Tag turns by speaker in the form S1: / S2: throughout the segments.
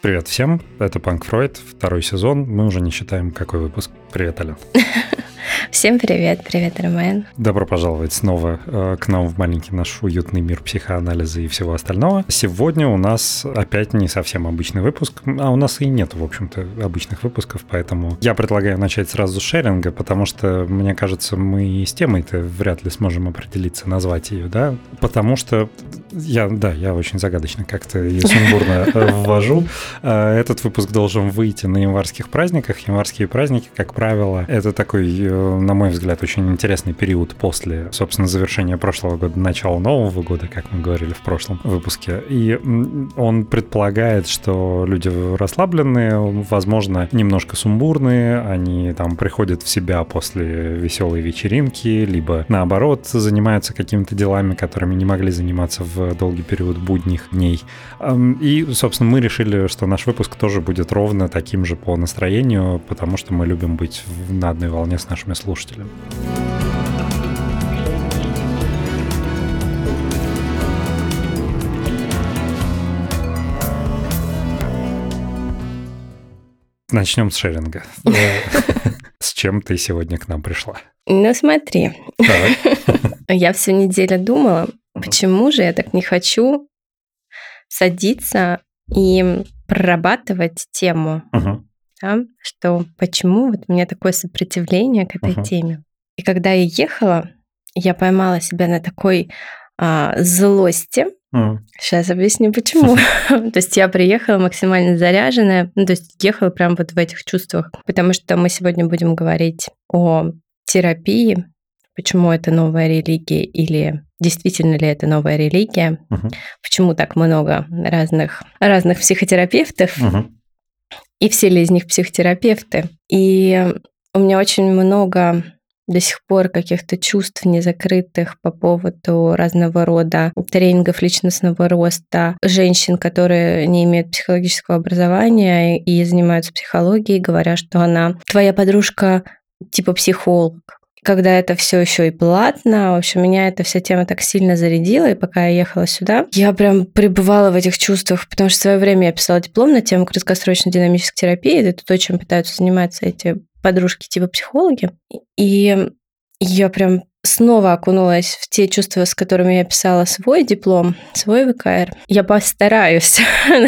S1: Привет всем, это Punk Freud, второй сезон. Мы уже не считаем, какой выпуск. Привет, Аля.
S2: Всем привет, привет, Ромен.
S1: Добро пожаловать снова к нам в маленький наш уютный мир психоанализа и всего остального. Сегодня у нас опять не совсем обычный выпуск, а у нас и нет, в общем-то, обычных выпусков, поэтому я предлагаю начать сразу с шеринга, потому что, мне кажется, мы и с темой-то вряд ли сможем определиться, назвать ее, да? Потому что я очень загадочно как-то и сумбурно ввожу. Этот выпуск должен выйти на январских праздниках. Январские праздники, как правило, это такой, на мой взгляд, очень интересный период после, собственно, завершения прошлого года, начала Нового года, как мы говорили в прошлом выпуске. И он предполагает, что люди расслабленные, возможно, немножко сумбурные, они там приходят в себя после веселой вечеринки, либо, наоборот, занимаются какими-то делами, которыми не могли заниматься в долгий период будних дней. И, собственно, мы решили, что наш выпуск тоже будет ровно таким же по настроению, потому что мы любим быть на одной волне с нашими слушателями. Начнем с шеринга. С чем ты сегодня к нам пришла?
S2: Ну, смотри. Я всю неделю думала, почему же я так не хочу садиться и прорабатывать тему, да, что почему вот у меня такое сопротивление к этой теме. И когда я ехала, я поймала себя на такой злости. Сейчас объясню, почему. То есть я приехала максимально заряженная, то есть ехала прям вот в этих чувствах, потому что мы сегодня будем говорить о терапии, почему это новая религия или действительно ли это новая религия, почему так много разных психотерапевтов, и все ли из них психотерапевты. И у меня очень много до сих пор каких-то чувств незакрытых по поводу разного рода тренингов личностного роста, женщин, которые не имеют психологического образования и занимаются психологией, говоря, что она твоя подружка типа психолог. Когда это все еще и платно, в общем, меня эта вся тема так сильно зарядила, и пока я ехала сюда, я прям пребывала в этих чувствах, потому что в свое время я писала диплом на тему краткосрочной динамической терапии, это то, чем пытаются заниматься эти подружки типа психологи, и я прям снова окунулась в те чувства, с которыми я писала свой диплом, свой ВКР. Я постараюсь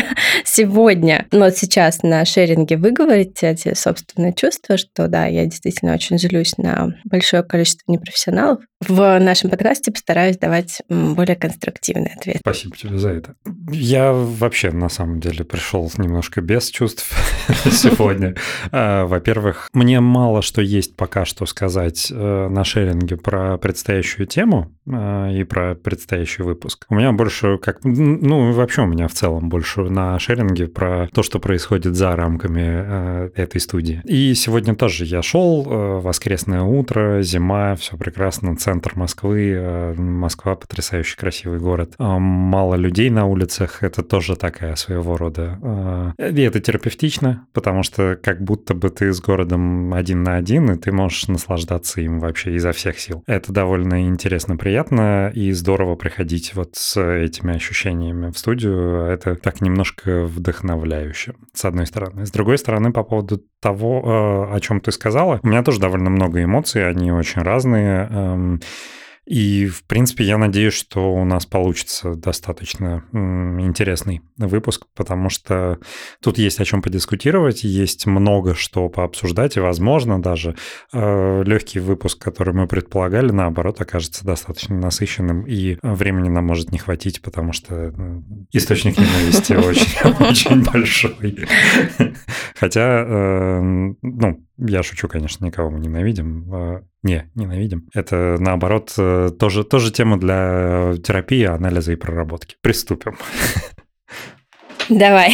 S2: сегодня, но сейчас на шеринге выговорить эти собственные чувства, что да, я действительно очень злюсь на большое количество непрофессионалов. В нашем подкасте постараюсь давать более конструктивный ответ.
S1: Спасибо тебе за это. Я вообще, на самом деле, пришел немножко без чувств сегодня. Во-первых, мне мало что есть пока что сказать на шеринге про предстоящую тему и про предстоящий выпуск. У меня больше вообще у меня в целом больше на шеринге про то, что происходит за рамками этой студии. И сегодня тоже я шел, воскресное утро, зима, все прекрасно, центр Москвы, Москва потрясающе красивый город, мало людей на улицах, это тоже такая своего рода. И это терапевтично, потому что как будто бы ты с городом один на один, и ты можешь наслаждаться им вообще изо всех сил. Это довольно интересно, приятно и здорово приходить вот с этими ощущениями в студию. Это так немножко вдохновляюще, с одной стороны. С другой стороны, по поводу того, о чем ты сказала, у меня тоже довольно много эмоций, они очень разные. И, в принципе, я надеюсь, что у нас получится достаточно интересный выпуск, потому что тут есть о чем подискутировать, есть много что пообсуждать, и, возможно, даже легкий выпуск, который мы предполагали, наоборот, окажется достаточно насыщенным, и времени нам может не хватить, потому что источник ненависти очень большой. Хотя, я шучу, конечно, никого мы ненавидим. Ненавидим. Это, наоборот, тоже тема для терапии, анализа и проработки. Приступим.
S2: Давай.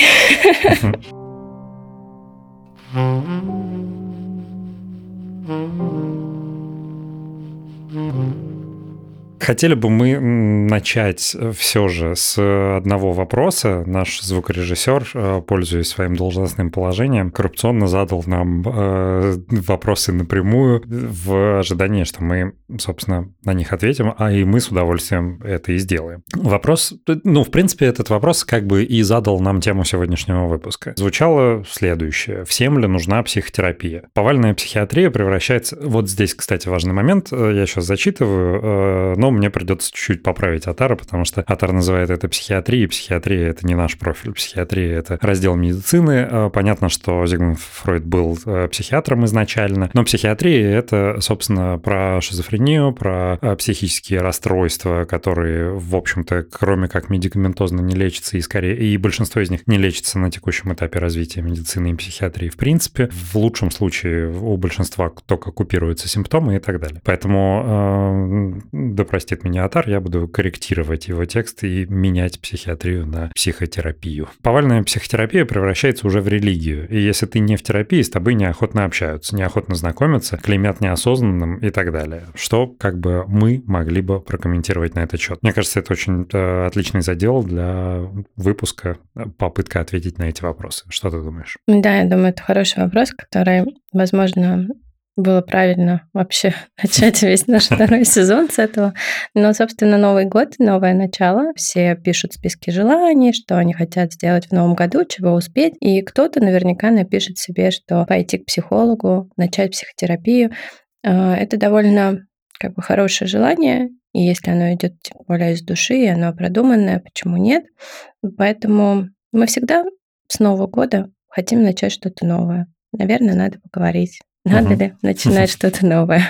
S1: Хотели бы мы начать все же с одного вопроса. Наш звукорежиссер, пользуясь своим должностным положением, коррупционно задал нам вопросы напрямую в ожидании, что мы, собственно, на них ответим, а и мы с удовольствием это и сделаем. Вопрос, в принципе, этот вопрос как бы и задал нам тему сегодняшнего выпуска. Звучало следующее. Всем ли нужна психотерапия? Повальная психиатрия превращается... Вот здесь, кстати, важный момент. Я сейчас зачитываю, но мне придется чуть-чуть поправить Атара, потому что Атар называет это психиатрией. Психиатрия — это не наш профиль. Психиатрия — это раздел медицины. Понятно, что Зигмунд Фройд был психиатром изначально, но психиатрия — это, собственно, про шизофрению, про психические расстройства, которые, в общем-то, кроме как медикаментозно не лечатся, и большинство из них не лечится на текущем этапе развития медицины и психиатрии в принципе. В лучшем случае у большинства только купируются симптомы и так далее. Поэтому, да простит меня Атар, я буду корректировать его текст и менять психиатрию на психотерапию. Повальная психотерапия превращается уже в религию. И если ты не в терапии, с тобой неохотно общаются, неохотно знакомятся, клеймят неосознанным и так далее. Что как бы мы могли бы прокомментировать на этот счет? Мне кажется, это очень отличный задел для выпуска, попытка ответить на эти вопросы. Что ты думаешь?
S2: Да, я думаю, это хороший вопрос, который, возможно, было правильно вообще начать весь наш второй сезон с этого. Но, собственно, Новый год, новое начало. Все пишут списки желаний, что они хотят сделать в новом году, чего успеть. И кто-то наверняка напишет себе, что пойти к психологу, начать психотерапию. Это довольно как бы хорошее желание. И если оно идет тем более из души, и оно продуманное, почему нет? Поэтому мы всегда с Нового года хотим начать что-то новое. Наверное, надо поговорить. Надо ли начинать что-то новое?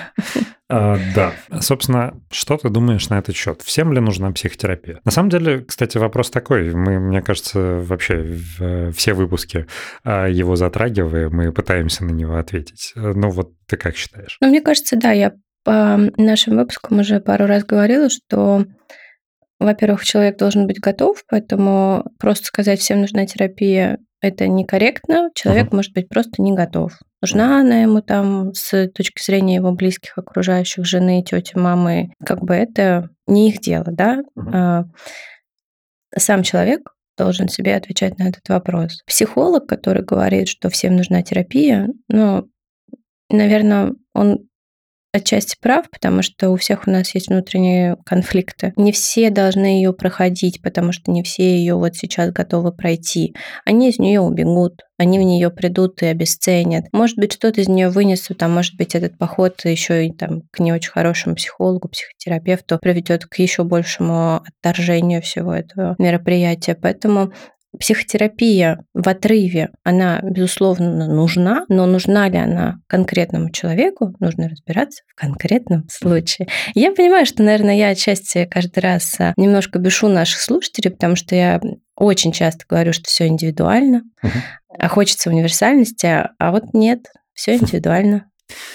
S1: Да. Собственно, что ты думаешь на этот счет? Всем ли нужна психотерапия? На самом деле, кстати, вопрос такой. Мы, мне кажется, вообще все выпуски его затрагиваем, мы пытаемся на него ответить. Ну вот ты как считаешь?
S2: Мне кажется, да. Я по нашим выпускам уже пару раз говорила, что, во-первых, человек должен быть готов, поэтому просто сказать «всем нужна терапия» — это некорректно. Человек может быть просто не готов. Нужна она ему там с точки зрения его близких, окружающих, жены, тети, мамы. Как бы это не их дело, да? Сам человек должен себе отвечать на этот вопрос. Психолог, который говорит, что всем нужна терапия, наверное, он отчасти прав, потому что у всех у нас есть внутренние конфликты. Не все должны ее проходить, потому что не все ее вот сейчас готовы пройти. Они из нее убегут, они в нее придут и обесценят. Может быть, что-то из нее вынесут, а может быть, этот поход еще и там к не очень хорошему психологу, психотерапевту приведет к еще большему отторжению всего этого мероприятия. Поэтому психотерапия в отрыве, она, безусловно, нужна, но нужна ли она конкретному человеку, нужно разбираться в конкретном случае. Я понимаю, что, наверное, я отчасти каждый раз немножко бешу наших слушателей, потому что я очень часто говорю, что все индивидуально, а хочется универсальности, а вот нет, все индивидуально.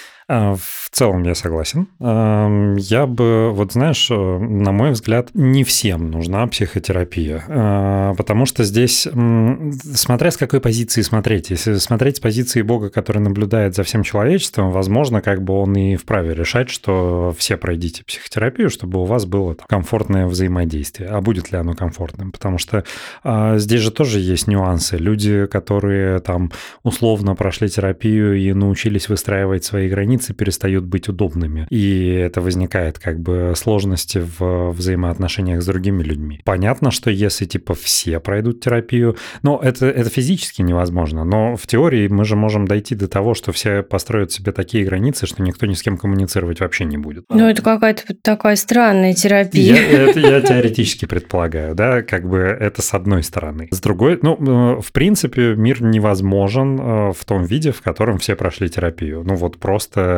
S1: В целом я согласен. Я бы, вот знаешь, на мой взгляд, не всем нужна психотерапия, потому что здесь, смотря с какой позиции смотреть, если смотреть с позиции Бога, который наблюдает за всем человечеством, возможно, как бы он и вправе решать, что все пройдите психотерапию, чтобы у вас было комфортное взаимодействие. А будет ли оно комфортным? Потому что здесь же тоже есть нюансы. Люди, которые там условно прошли терапию и научились выстраивать свои границы, перестают быть удобными. И это возникает как бы сложности в взаимоотношениях с другими людьми. Понятно, что если типа все пройдут терапию, это физически невозможно, но в теории мы же можем дойти до того, что все построят себе такие границы, что никто ни с кем коммуницировать вообще не будет.
S2: Это какая-то такая странная терапия.
S1: Я теоретически предполагаю, да, как бы это с одной стороны. С другой, в принципе, мир невозможен в том виде, в котором все прошли терапию. Просто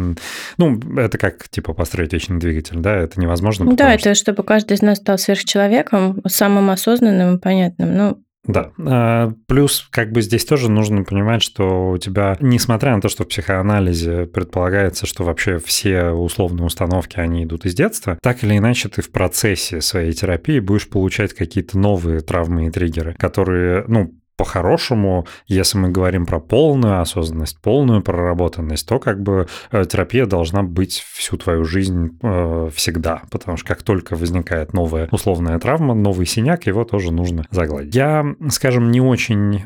S1: это как, построить вечный двигатель, да, это невозможно.
S2: Да, это чтобы каждый из нас стал сверхчеловеком, самым осознанным и понятным,
S1: Да, плюс как бы здесь тоже нужно понимать, что у тебя, несмотря на то, что в психоанализе предполагается, что вообще все условные установки, они идут из детства, так или иначе ты в процессе своей терапии будешь получать какие-то новые травмы и триггеры, которые, по-хорошему, если мы говорим про полную осознанность, полную проработанность, то как бы терапия должна быть всю твою жизнь всегда, потому что как только возникает новая условная травма, новый синяк, его тоже нужно загладить. Я, скажем, не очень...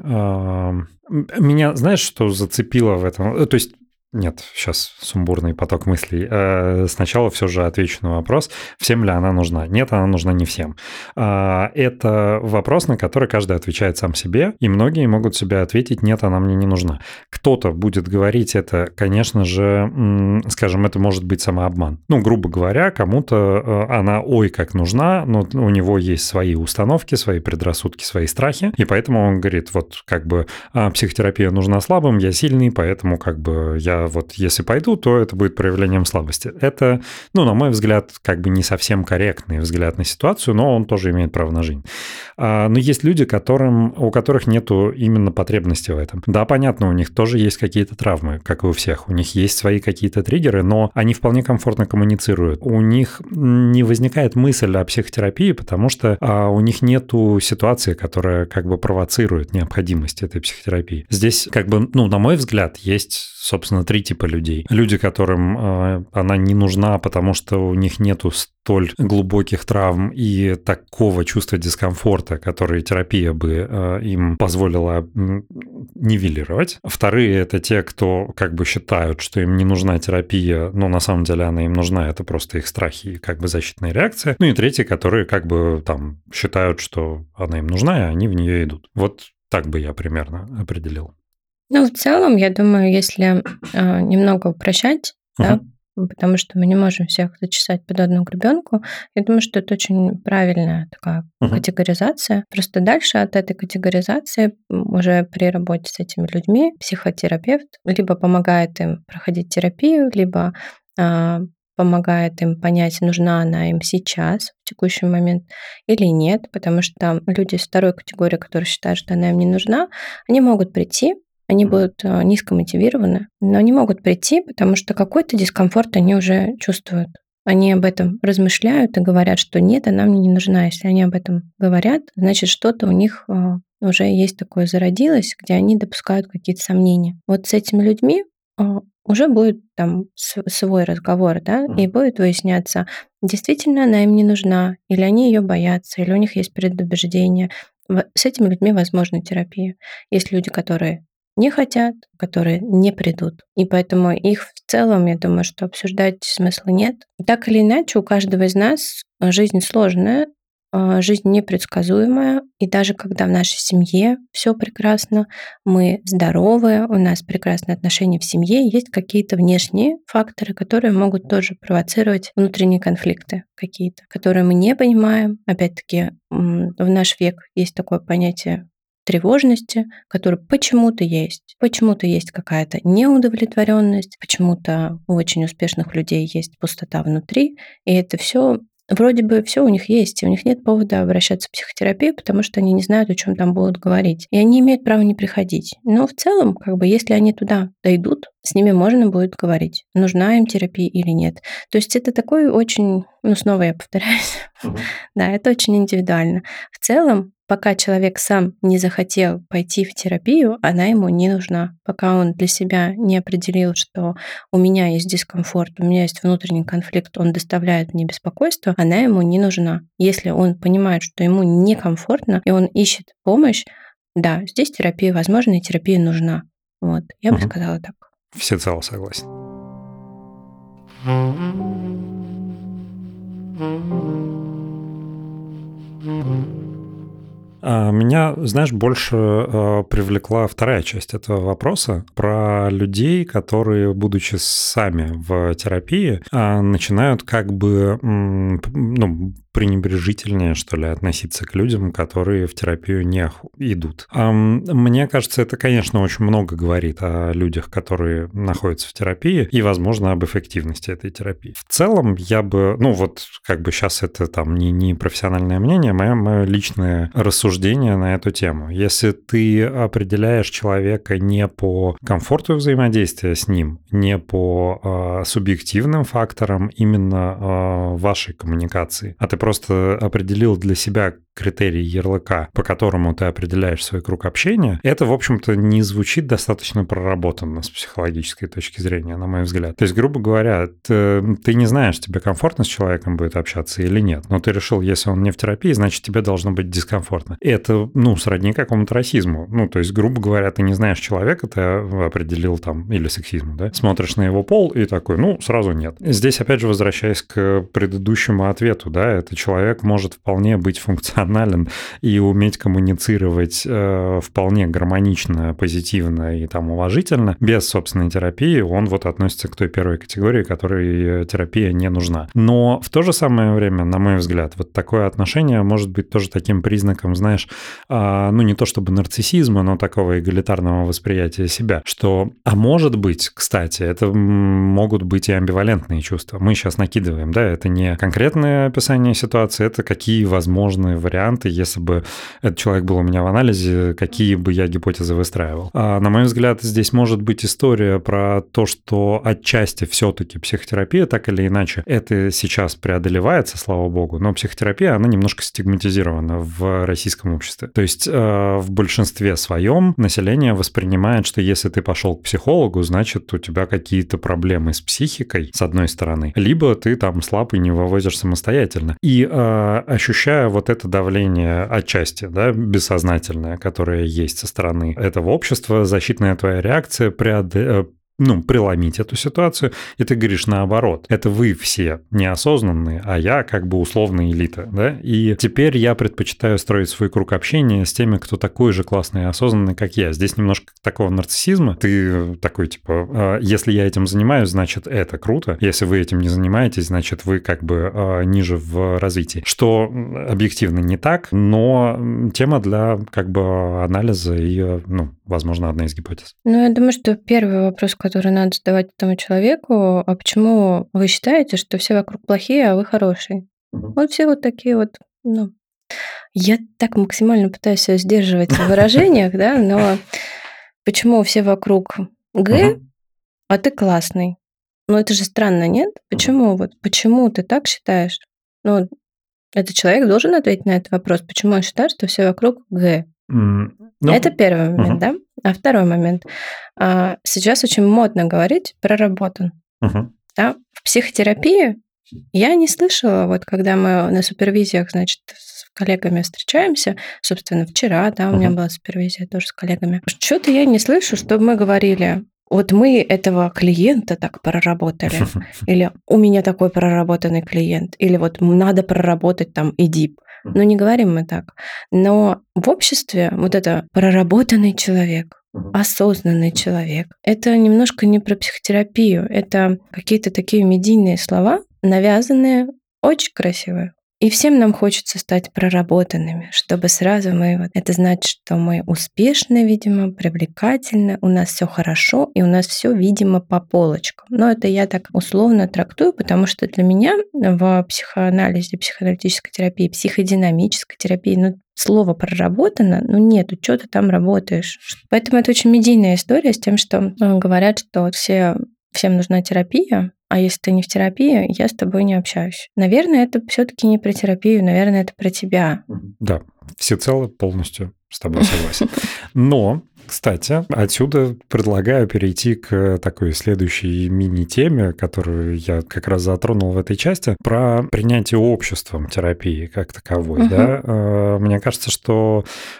S1: Меня, знаешь, что зацепило в этом? То есть нет, сейчас сумбурный поток мыслей. Сначала все же отвечу на вопрос, всем ли она нужна. Нет, она нужна не всем. Это вопрос, на который каждый отвечает сам себе, и многие могут себе ответить, нет, она мне не нужна. Кто-то будет говорить это, конечно же, скажем, это может быть самообман. Ну, грубо говоря, кому-то она ой как нужна, но у него есть свои установки, свои предрассудки, свои страхи, и поэтому он говорит, вот как бы психотерапия нужна слабым, я сильный, поэтому как бы я вот если пойду, то это будет проявлением слабости. Это, ну, на мой взгляд, как бы не совсем корректный взгляд на ситуацию, но он тоже имеет право на жизнь. Но есть люди, у которых нету именно потребности в этом. Да, понятно, у них тоже есть какие-то травмы, как и у всех. У них есть свои какие-то триггеры, но они вполне комфортно коммуницируют. У них не возникает мысль о психотерапии, потому что у них нету ситуации, которая как бы провоцирует необходимость этой психотерапии. Здесь как бы, ну, на мой взгляд, есть, собственно, 3 типа людей. Люди, которым она не нужна, потому что у них нету столь глубоких травм и такого чувства дискомфорта, который терапия бы им позволила нивелировать. Вторые — это те, кто как бы считают, что им не нужна терапия, но на самом деле она им нужна, это просто их страхи и как бы защитная реакция. Ну и третьи, которые как бы там считают, что она им нужна, и они в нее идут. Вот так бы я примерно определил.
S2: Ну, в целом, я думаю, если немного упрощать, да, потому что мы не можем всех зачесать под одну гребенку, я думаю, что это очень правильная такая категоризация. Просто дальше от этой категоризации уже при работе с этими людьми психотерапевт либо помогает им проходить терапию, либо помогает им понять, нужна она им сейчас, в текущий момент, или нет, потому что люди из второй категории, которые считают, что она им не нужна, они могут прийти, они будут низко мотивированы, но они могут прийти, потому что какой-то дискомфорт они уже чувствуют. Они об этом размышляют и говорят, что нет, она мне не нужна. Если они об этом говорят, значит, что-то у них уже есть такое зародилось, где они допускают какие-то сомнения. Вот с этими людьми уже будет там свой разговор, да, и будет выясняться, действительно она им не нужна, или они ее боятся, или у них есть предубеждения. С этими людьми возможна терапия. Есть люди, которые не хотят, которые не придут. И поэтому их в целом, я думаю, что обсуждать смысла нет. Так или иначе, у каждого из нас жизнь сложная, жизнь непредсказуемая. И даже когда в нашей семье все прекрасно, мы здоровы, у нас прекрасные отношения в семье, есть какие-то внешние факторы, которые могут тоже провоцировать внутренние конфликты какие-то, которые мы не понимаем. Опять-таки, в наш век есть такое понятие тревожности, которая почему-то есть. Почему-то есть какая-то неудовлетворенность, почему-то у очень успешных людей есть пустота внутри, и это все вроде бы все у них есть, и у них нет повода обращаться в психотерапию, потому что они не знают, о чем там будут говорить. И они имеют право не приходить. Но в целом, как бы, если они туда дойдут, с ними можно будет говорить, нужна им терапия или нет. То есть это такой очень, снова я повторяюсь, да, это очень индивидуально. В целом, пока человек сам не захотел пойти в терапию, она ему не нужна. Пока он для себя не определил, что у меня есть дискомфорт, у меня есть внутренний конфликт, он доставляет мне беспокойство, она ему не нужна. Если он понимает, что ему некомфортно, и он ищет помощь, да, здесь терапия возможна, и терапия нужна. Вот, я бы сказала так.
S1: Всецело согласен. Меня, знаешь, больше привлекла вторая часть этого вопроса про людей, которые, будучи сами в терапии, начинают как бы пренебрежительнее, что ли, относиться к людям, которые в терапию не идут. Мне кажется, это, конечно, очень много говорит о людях, которые находятся в терапии, и, возможно, об эффективности этой терапии. В целом, я бы, как бы сейчас это там не профессиональное мнение, мое личное рассуждение на эту тему. Если ты определяешь человека не по комфорту взаимодействия с ним, не по субъективным факторам именно вашей коммуникации, а ты просто определил для себя критерий ярлыка, по которому ты определяешь свой круг общения, это, в общем-то, не звучит достаточно проработанно с психологической точки зрения, на мой взгляд. То есть, грубо говоря, ты не знаешь, тебе комфортно с человеком будет общаться или нет, но ты решил, если он не в терапии, значит, тебе должно быть дискомфортно. Это, сродни какому-то расизму. То есть, грубо говоря, ты не знаешь человека, ты определил там, или сексизму, да, смотришь на его пол и такой, сразу нет. Здесь, опять же, возвращаясь к предыдущему ответу, да, этот человек может вполне быть функционален и уметь коммуницировать вполне гармонично, позитивно и там уважительно. Без собственной терапии он вот относится к той первой категории, которой терапия не нужна. Но в то же самое время, на мой взгляд, вот такое отношение может быть тоже таким признаком, знаешь, не то чтобы нарциссизма, но такого эгалитарного восприятия себя, что, может быть, кстати, это могут быть и амбивалентные чувства. Мы сейчас накидываем, да, это не конкретное описание ситуации, это какие возможные варианты, если бы этот человек был у меня в анализе, какие бы я гипотезы выстраивал. На мой взгляд, здесь может быть история про то, что отчасти все-таки психотерапия, так или иначе, это сейчас преодолевается, слава богу, но психотерапия, она немножко стигматизирована в российском обществе. То есть в большинстве своем население воспринимает, что если ты пошел к психологу, значит, у тебя какие-то проблемы с психикой, с одной стороны, либо ты там слаб и не вывозишь самостоятельно. И ощущая вот это давление отчасти, да, бессознательное, которое есть со стороны этого общества, защитная твоя реакция преломить эту ситуацию, и ты говоришь наоборот. Это вы все неосознанные, а я как бы условная элита, да? И теперь я предпочитаю строить свой круг общения с теми, кто такой же классный и осознанный, как я. Здесь немножко такого нарциссизма. Ты такой, типа, если я этим занимаюсь, значит, это круто. Если вы этим не занимаетесь, значит, вы как бы ниже в развитии. Что объективно не так, но тема для как бы анализа и, возможно, одна из гипотез.
S2: Я думаю, что первый вопрос, который надо задавать этому человеку, а почему вы считаете, что все вокруг плохие, а вы хороший? Вот все вот такие вот, Я так максимально пытаюсь себя сдерживать в выражениях, да, но почему все вокруг Г, а ты классный? Это же странно, нет? Почему ты так считаешь? Этот человек должен ответить на этот вопрос. Почему он считает, что все вокруг Г? Это первый момент, да? А второй момент. Сейчас очень модно говорить проработан. Да? В психотерапии я не слышала, вот когда мы на супервизиях, значит, с коллегами встречаемся, собственно, вчера, да, у меня была супервизия тоже с коллегами, что-то я не слышу, чтобы мы говорили, вот мы этого клиента так проработали, или у меня такой проработанный клиент, или вот надо проработать там ЭДИП. Не говорим мы так. Но в обществе вот это проработанный человек, осознанный человек, это немножко не про психотерапию, это какие-то такие медийные слова, навязанные, очень красивые. И всем нам хочется стать проработанными, чтобы сразу это значит, что мы успешны, видимо, привлекательны, у нас все хорошо, и у нас все, видимо, по полочкам. Но это я так условно трактую, потому что для меня в психоанализе, психоаналитической терапии, психодинамической терапии, слово «проработано», нету, что ты там работаешь. Поэтому это очень медийная история с тем, что говорят, что всем нужна терапия, а если ты не в терапии, я с тобой не общаюсь. Наверное, это все-таки не про терапию, наверное, это про тебя.
S1: Да, всецело полностью с тобой согласен. Но, кстати, отсюда предлагаю перейти к такой следующей мини-теме, которую я как раз затронул в этой части, про принятие обществом терапии как таковой. Да? Мне кажется, что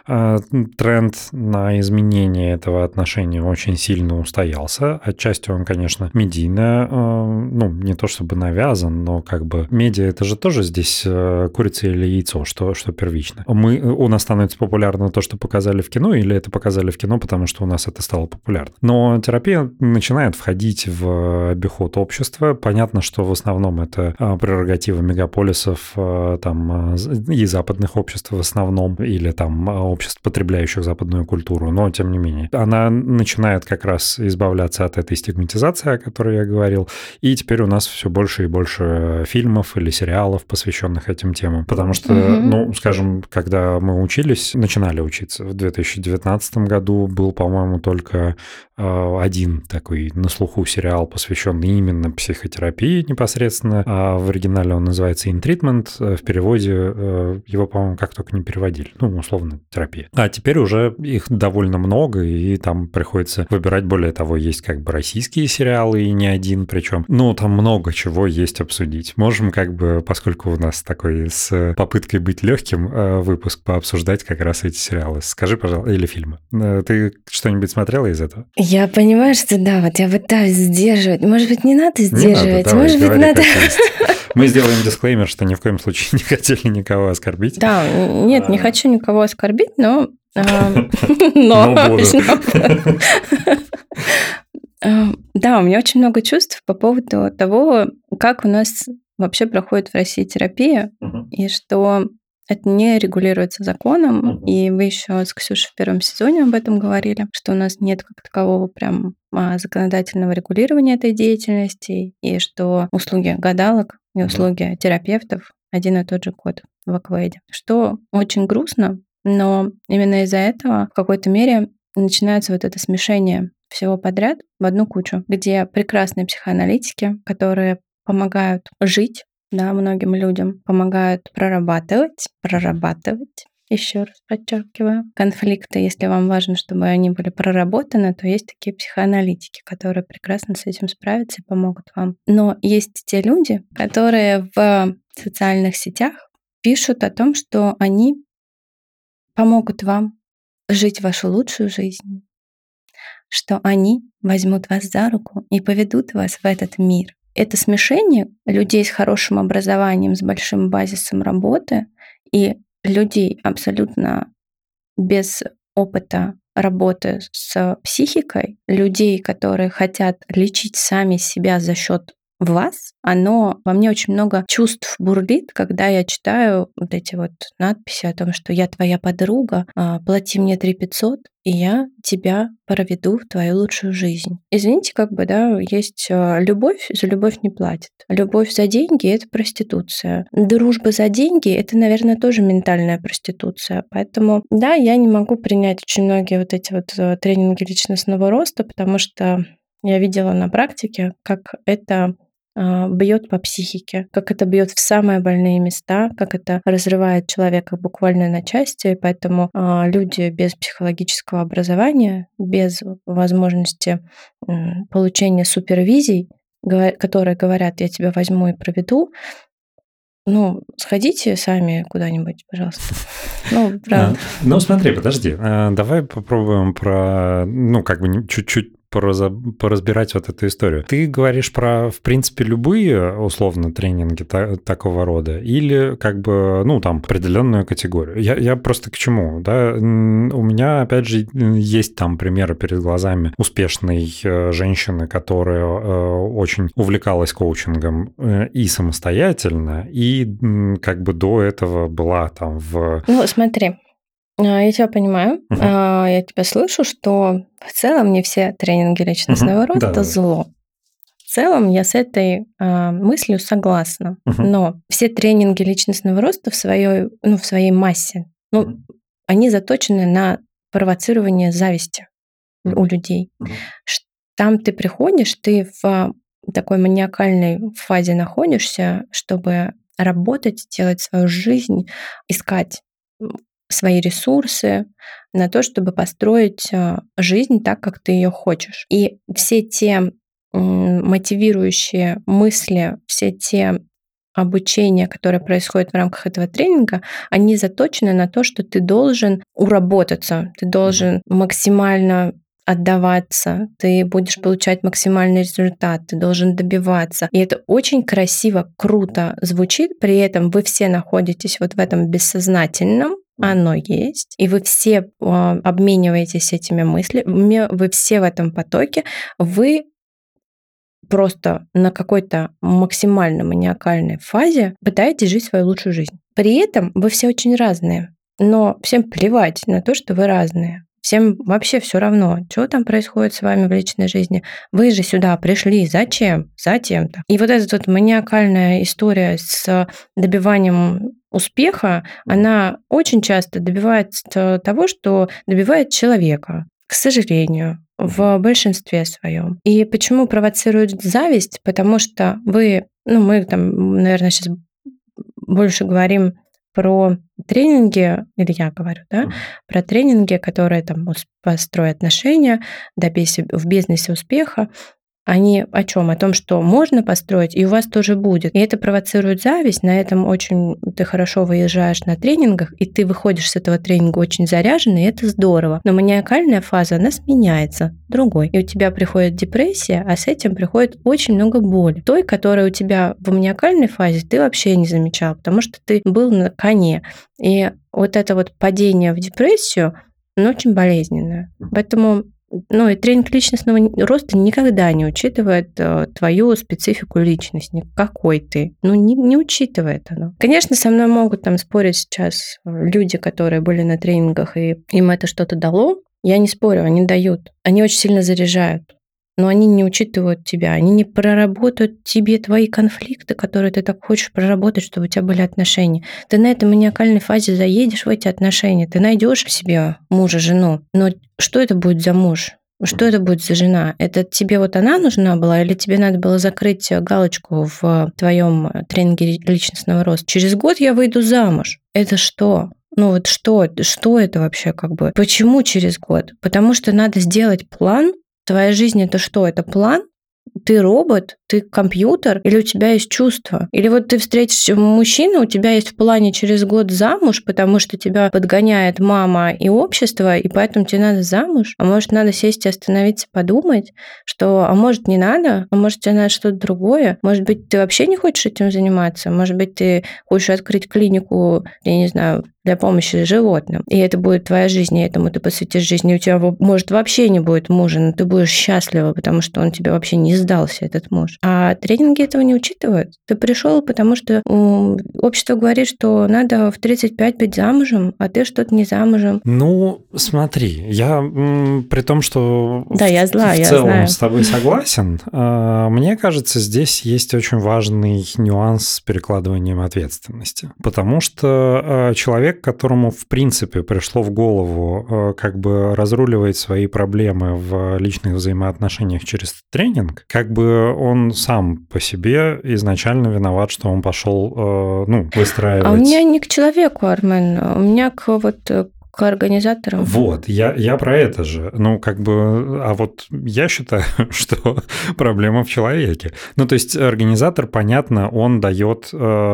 S1: тренд на изменение этого отношения очень сильно устоялся. Отчасти он, конечно, медийно, не то чтобы навязан, но как бы медиа — это же тоже здесь курица или яйцо, что первично. У нас становится популярно то, что показали в кино, или это показали в кино, потому что у нас это стало популярно. Но терапия начинает входить в обиход общества. Понятно, что в основном это прерогатива мегаполисов там, и западных обществ в основном, или там обществ, потребляющих западную культуру, но тем не менее. Она начинает как раз избавляться от этой стигматизации, о которой я говорил, и теперь у нас все больше и больше фильмов или сериалов, посвященных этим темам. Потому что, скажем, когда мы начинали учиться в 2019 году, был, по-моему, только один такой на слуху сериал, посвященный именно психотерапии непосредственно. А в оригинале он называется In Treatment. В переводе его, по-моему, как только не переводили. Ну, условно, терапия. А теперь уже их довольно много, и там приходится выбирать. Более того, есть как бы российские сериалы, и не один причем. Ну, там много чего есть обсудить. Можем как бы, поскольку у нас такой с попыткой быть легким выпуск, пообсуждать как раз эти сериалы. Скажи, пожалуйста, или фильмы. Ты что-нибудь смотрела из этого?
S2: Я понимаю, что да, вот я пытаюсь сдерживать. Может быть, не надо сдерживать?
S1: Не надо, давай,
S2: может быть, надо...
S1: Мы сделаем дисклеймер, что ни в коем случае не хотели никого оскорбить.
S2: Да, нет, не хочу никого оскорбить, но... Да, у меня очень много чувств по поводу того, как у нас вообще проходит в России терапия, и что это не регулируется законом, и вы еще с Ксюшей в первом сезоне об этом говорили, что у нас нет как такового прям законодательного регулирования этой деятельности, и что услуги гадалок и услуги терапевтов один и тот же код в Акведе. Что очень грустно, но именно из-за этого в какой-то мере начинается вот это смешение всего подряд в одну кучу, где прекрасные психоаналитики, которые помогают жить, да, многим людям, помогают прорабатывать, еще раз подчеркиваю, конфликты. Если вам важно, чтобы они были проработаны, то есть такие психоаналитики, которые прекрасно с этим справятся и помогут вам. Но есть те люди, которые в социальных сетях пишут о том, что они помогут вам жить вашу лучшую жизнь, что они возьмут вас за руку и поведут вас в этот мир. Это смешение людей с хорошим образованием, с большим базисом работы и людей абсолютно без опыта работы с психикой, людей, которые хотят лечить сами себя за счет вас, оно во мне очень много чувств бурлит, когда я читаю вот эти вот надписи о том, что я твоя подруга, плати мне 3500, и я тебя проведу в твою лучшую жизнь. Извините, как бы, да, есть любовь, за любовь не платят. Любовь за деньги — это проституция. Дружба за деньги — это, наверное, тоже ментальная проституция. Поэтому, да, я не могу принять очень многие вот эти вот тренинги личностного роста, потому что я видела на практике, как это бьет по психике, как это бьет в самые больные места, как это разрывает человека буквально на части. Поэтому люди без психологического образования, без возможности получения супервизий, которые говорят: я тебя возьму и проведу, ну, сходите сами куда-нибудь, пожалуйста. Ну, правда.
S1: Ну, смотри, подожди. Давай попробуем как бы чуть-чуть поразбирать вот эту историю. Ты говоришь про, в принципе, любые, условно, тренинги такого рода или как бы, там, определенную категорию? Я просто к чему, да? У меня, опять же, есть там примеры перед глазами успешной женщины, которая очень увлекалась коучингом и самостоятельно, и как бы до этого была там в...
S2: Ну, смотри. Я тебя понимаю, я тебя слышу, что в целом не все тренинги личностного роста зло. В целом я с этой мыслью согласна. Но все тренинги личностного роста в своей массе, они заточены на провоцирование зависти у людей. Там ты приходишь, ты в такой маниакальной фазе находишься, чтобы работать, делать свою жизнь, искать свои ресурсы на то, чтобы построить жизнь так, как ты ее хочешь. И все те мотивирующие мысли, все те обучения, которые происходят в рамках этого тренинга, они заточены на то, что ты должен уработаться, ты должен максимально отдаваться, ты будешь получать максимальный результат, ты должен добиваться. И это очень красиво, круто звучит, при этом вы все находитесь вот в этом бессознательном, оно есть, и вы все обмениваетесь этими мыслями, вы все в этом потоке, вы просто на какой-то максимально маниакальной фазе пытаетесь жить свою лучшую жизнь. При этом вы все очень разные, но всем плевать на то, что вы разные. Всем вообще все равно, что там происходит с вами в личной жизни. Вы же сюда пришли. Зачем? Затем-то. И вот эта вот маниакальная история с добиванием успеха, она очень часто добивается того, что добивает человека. к сожалению, в большинстве своем. И почему провоцирует зависть? Потому что мы там, наверное, сейчас больше говорим про тренинги, или я говорю, да, про тренинги, которые там построй отношения, добейся в бизнесе успеха. Они о чем? О том, что можно построить, и у вас тоже будет. И это провоцирует зависть. На этом очень ты хорошо выезжаешь на тренингах, и ты выходишь с этого тренинга очень заряженный, и это здорово. Но маниакальная фаза, она сменяется другой. И у тебя приходит депрессия, а с этим приходит очень много боли. Той, которая у тебя в маниакальной фазе, ты вообще не замечал, потому что ты был на коне. И вот это вот падение в депрессию, оно очень болезненное. Поэтому и тренинг личностного роста никогда не учитывает твою специфику личности, какой ты. Не учитывает оно. Конечно, со мной могут там спорить сейчас люди, которые были на тренингах, и им это что-то дало. Я не спорю, они дают. Они очень сильно заряжают. Но они не учитывают тебя, они не проработают тебе твои конфликты, которые ты так хочешь проработать, чтобы у тебя были отношения. Ты на этой маниакальной фазе заедешь в эти отношения, ты найдешь в себе мужа, жену, но что это будет за муж? Что это будет за жена? Это тебе вот она нужна была, или тебе надо было закрыть галочку в твоем тренинге личностного роста? Через год я выйду замуж. Это что? Что это вообще как бы? Почему через год? Потому что надо сделать план. Твоя жизнь — это что? Это план? Ты робот? Ты компьютер? Или у тебя есть чувства? Или вот ты встретишь мужчину, у тебя есть в плане через год замуж, потому что тебя подгоняет мама и общество, и поэтому тебе надо замуж? А может, надо сесть и остановиться, подумать, что, а может, не надо? А может, тебе надо что-то другое? Может быть, ты вообще не хочешь этим заниматься? Может быть, ты хочешь открыть клинику, я не знаю, для помощи животным. И это будет твоя жизнь, и этому ты посвятишь жизнь. И у тебя, может, вообще не будет мужа, но ты будешь счастлива, потому что он тебе вообще не сдался, этот муж. А тренинги этого не учитывают. Ты пришел, потому что общество говорит, что надо в 35 быть замужем, а ты что-то не замужем.
S1: Смотри, я при том, что
S2: я
S1: в целом с тобой согласен, мне кажется, здесь есть очень важный нюанс с перекладыванием ответственности. Потому что человек, которому, в принципе, пришло в голову как бы разруливать свои проблемы в личных взаимоотношениях через тренинг, как бы он сам по себе изначально виноват, что он пошел, выстраивать...
S2: А у меня не к человеку, Армен, у меня к организаторам.
S1: Вот, я про это же. А вот я считаю, что проблема в человеке. То есть организатор, понятно, он дает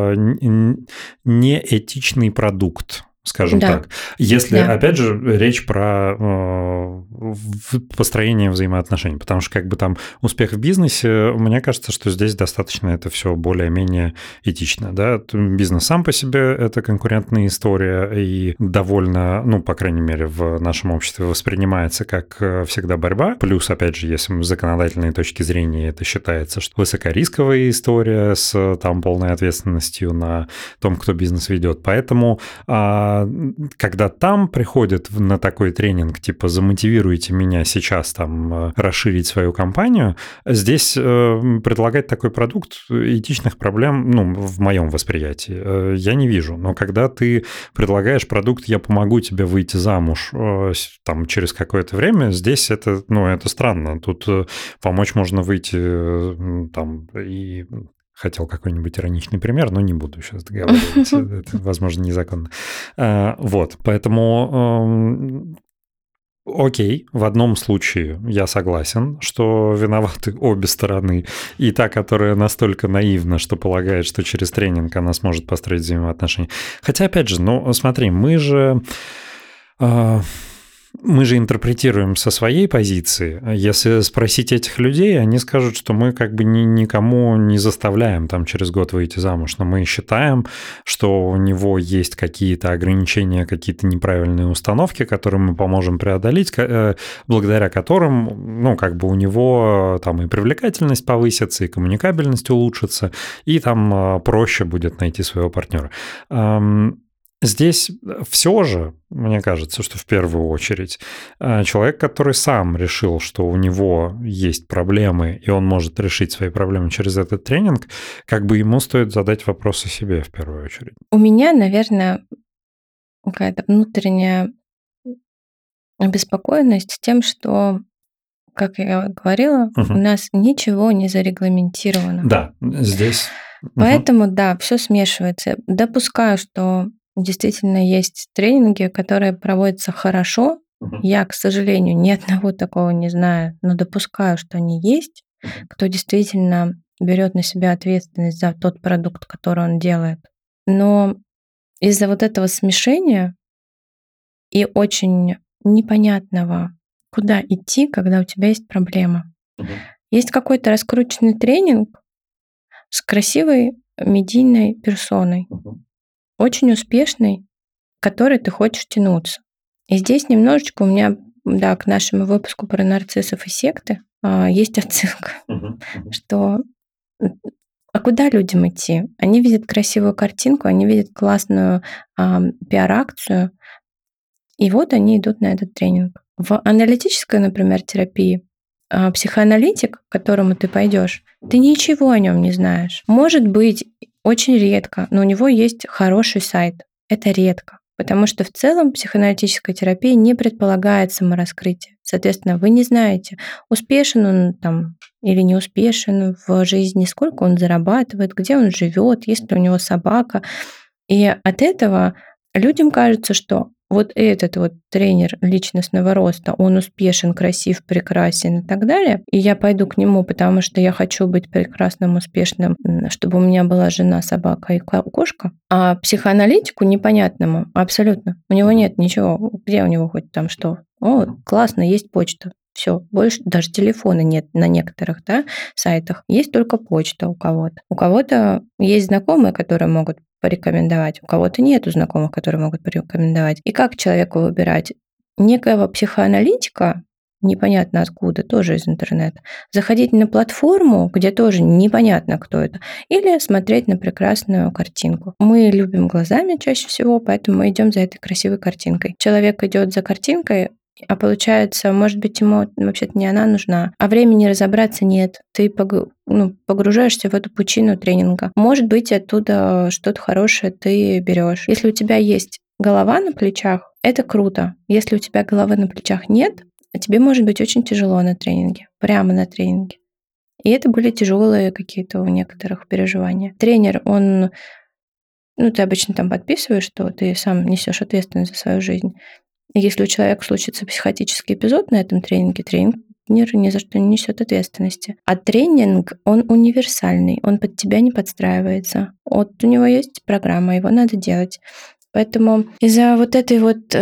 S1: неэтичный продукт, скажем так. Если, опять же, речь про построение взаимоотношений, потому что как бы там успех в бизнесе, мне кажется, что здесь достаточно это все более-менее этично, да. Бизнес сам по себе – это конкурентная история и довольно, по крайней мере, в нашем обществе воспринимается как всегда борьба. Плюс, опять же, если с законодательной точки зрения это считается, что высокорисковая история с там полной ответственностью на том, кто бизнес ведет. Поэтому когда там приходят на такой тренинг, типа «замотивируйте меня сейчас там расширить свою компанию», здесь предлагать такой продукт этичных проблем, в моем восприятии, я не вижу. Но когда ты предлагаешь продукт «я помогу тебе выйти замуж» там через какое-то время, здесь это странно. Тут помочь можно выйти там и... Хотел какой-нибудь ироничный пример, но не буду сейчас договаривать. Это, возможно, незаконно. Вот, поэтому... Окей, в одном случае я согласен, что виноваты обе стороны. И та, которая настолько наивна, что полагает, что через тренинг она сможет построить взаимоотношения. Хотя, опять же, смотри, мы же интерпретируем со своей позиции. Если спросить этих людей, они скажут, что мы как бы никому не заставляем там через год выйти замуж, но мы считаем, что у него есть какие-то ограничения, какие-то неправильные установки, которые мы поможем преодолеть, благодаря которым, как бы у него там и привлекательность повысится, и коммуникабельность улучшится, и там проще будет найти своего партнера. Здесь все же, мне кажется, что в первую очередь человек, который сам решил, что у него есть проблемы, и он может решить свои проблемы через этот тренинг, как бы ему стоит задать вопросы себе в первую очередь.
S2: У меня, наверное, какая-то внутренняя обеспокоенность тем, что, как я говорила, у нас ничего не зарегламентировано.
S1: Да, здесь...
S2: Поэтому, да, все смешивается. Допускаю, что действительно есть тренинги, которые проводятся хорошо. Я, к сожалению, ни одного такого не знаю, но допускаю, что они есть, кто действительно берет на себя ответственность за тот продукт, который он делает. Но из-за вот этого смешения и очень непонятного, куда идти, когда у тебя есть проблема. Есть какой-то раскрученный тренинг с красивой медийной персоной, очень успешной, к которой ты хочешь тянуться. И здесь немножечко у меня, да, к нашему выпуску про нарциссов и секты есть отсылка, что а куда людям идти? Они видят красивую картинку, они видят классную пиар-акцию, и вот они идут на этот тренинг. В аналитической, например, терапии психоаналитик, к которому ты пойдешь, ты ничего о нем не знаешь. Может быть, очень редко, но у него есть хороший сайт. Это редко. Потому что в целом психоаналитическая терапия не предполагает самораскрытие. Соответственно, вы не знаете, успешен он там или не успешен в жизни, сколько он зарабатывает, где он живет, есть ли у него собака. И от этого людям кажется, что вот этот вот тренер личностного роста, он успешен, красив, прекрасен и так далее, и я пойду к нему, потому что я хочу быть прекрасным, успешным, чтобы у меня была жена, собака и кошка. А психоаналитику непонятному абсолютно. У него нет ничего. Где у него хоть там что? О, классно, есть почта. Все, больше даже телефона нет на некоторых, да, сайтах. Есть только почта у кого-то. У кого-то есть знакомые, которые могут порекомендовать, у кого-то нету знакомых, которые могут порекомендовать. И как человеку выбирать? Некого психоаналитика, непонятно откуда, тоже из интернета, заходить на платформу, где тоже непонятно, кто это, или смотреть на прекрасную картинку. Мы любим глазами чаще всего, поэтому мы идем за этой красивой картинкой. Человек идет за картинкой, а получается, может быть, ему вообще-то не она нужна, а времени разобраться нет. Ты погружаешься в эту пучину тренинга. Может быть, оттуда что-то хорошее ты берешь. Если у тебя есть голова на плечах, это круто. Если у тебя головы на плечах нет, тебе может быть очень тяжело на тренинге, прямо на тренинге. И это были тяжелые какие-то у некоторых переживания. Тренер, он, ты обычно там подписываешь, что ты сам несешь ответственность за свою жизнь. Если у человека случится психотический эпизод на этом тренинге, тренер ни за что не несет ответственности. А тренинг, он универсальный, он под тебя не подстраивается. Вот у него есть программа, его надо делать. Поэтому из-за вот этой вот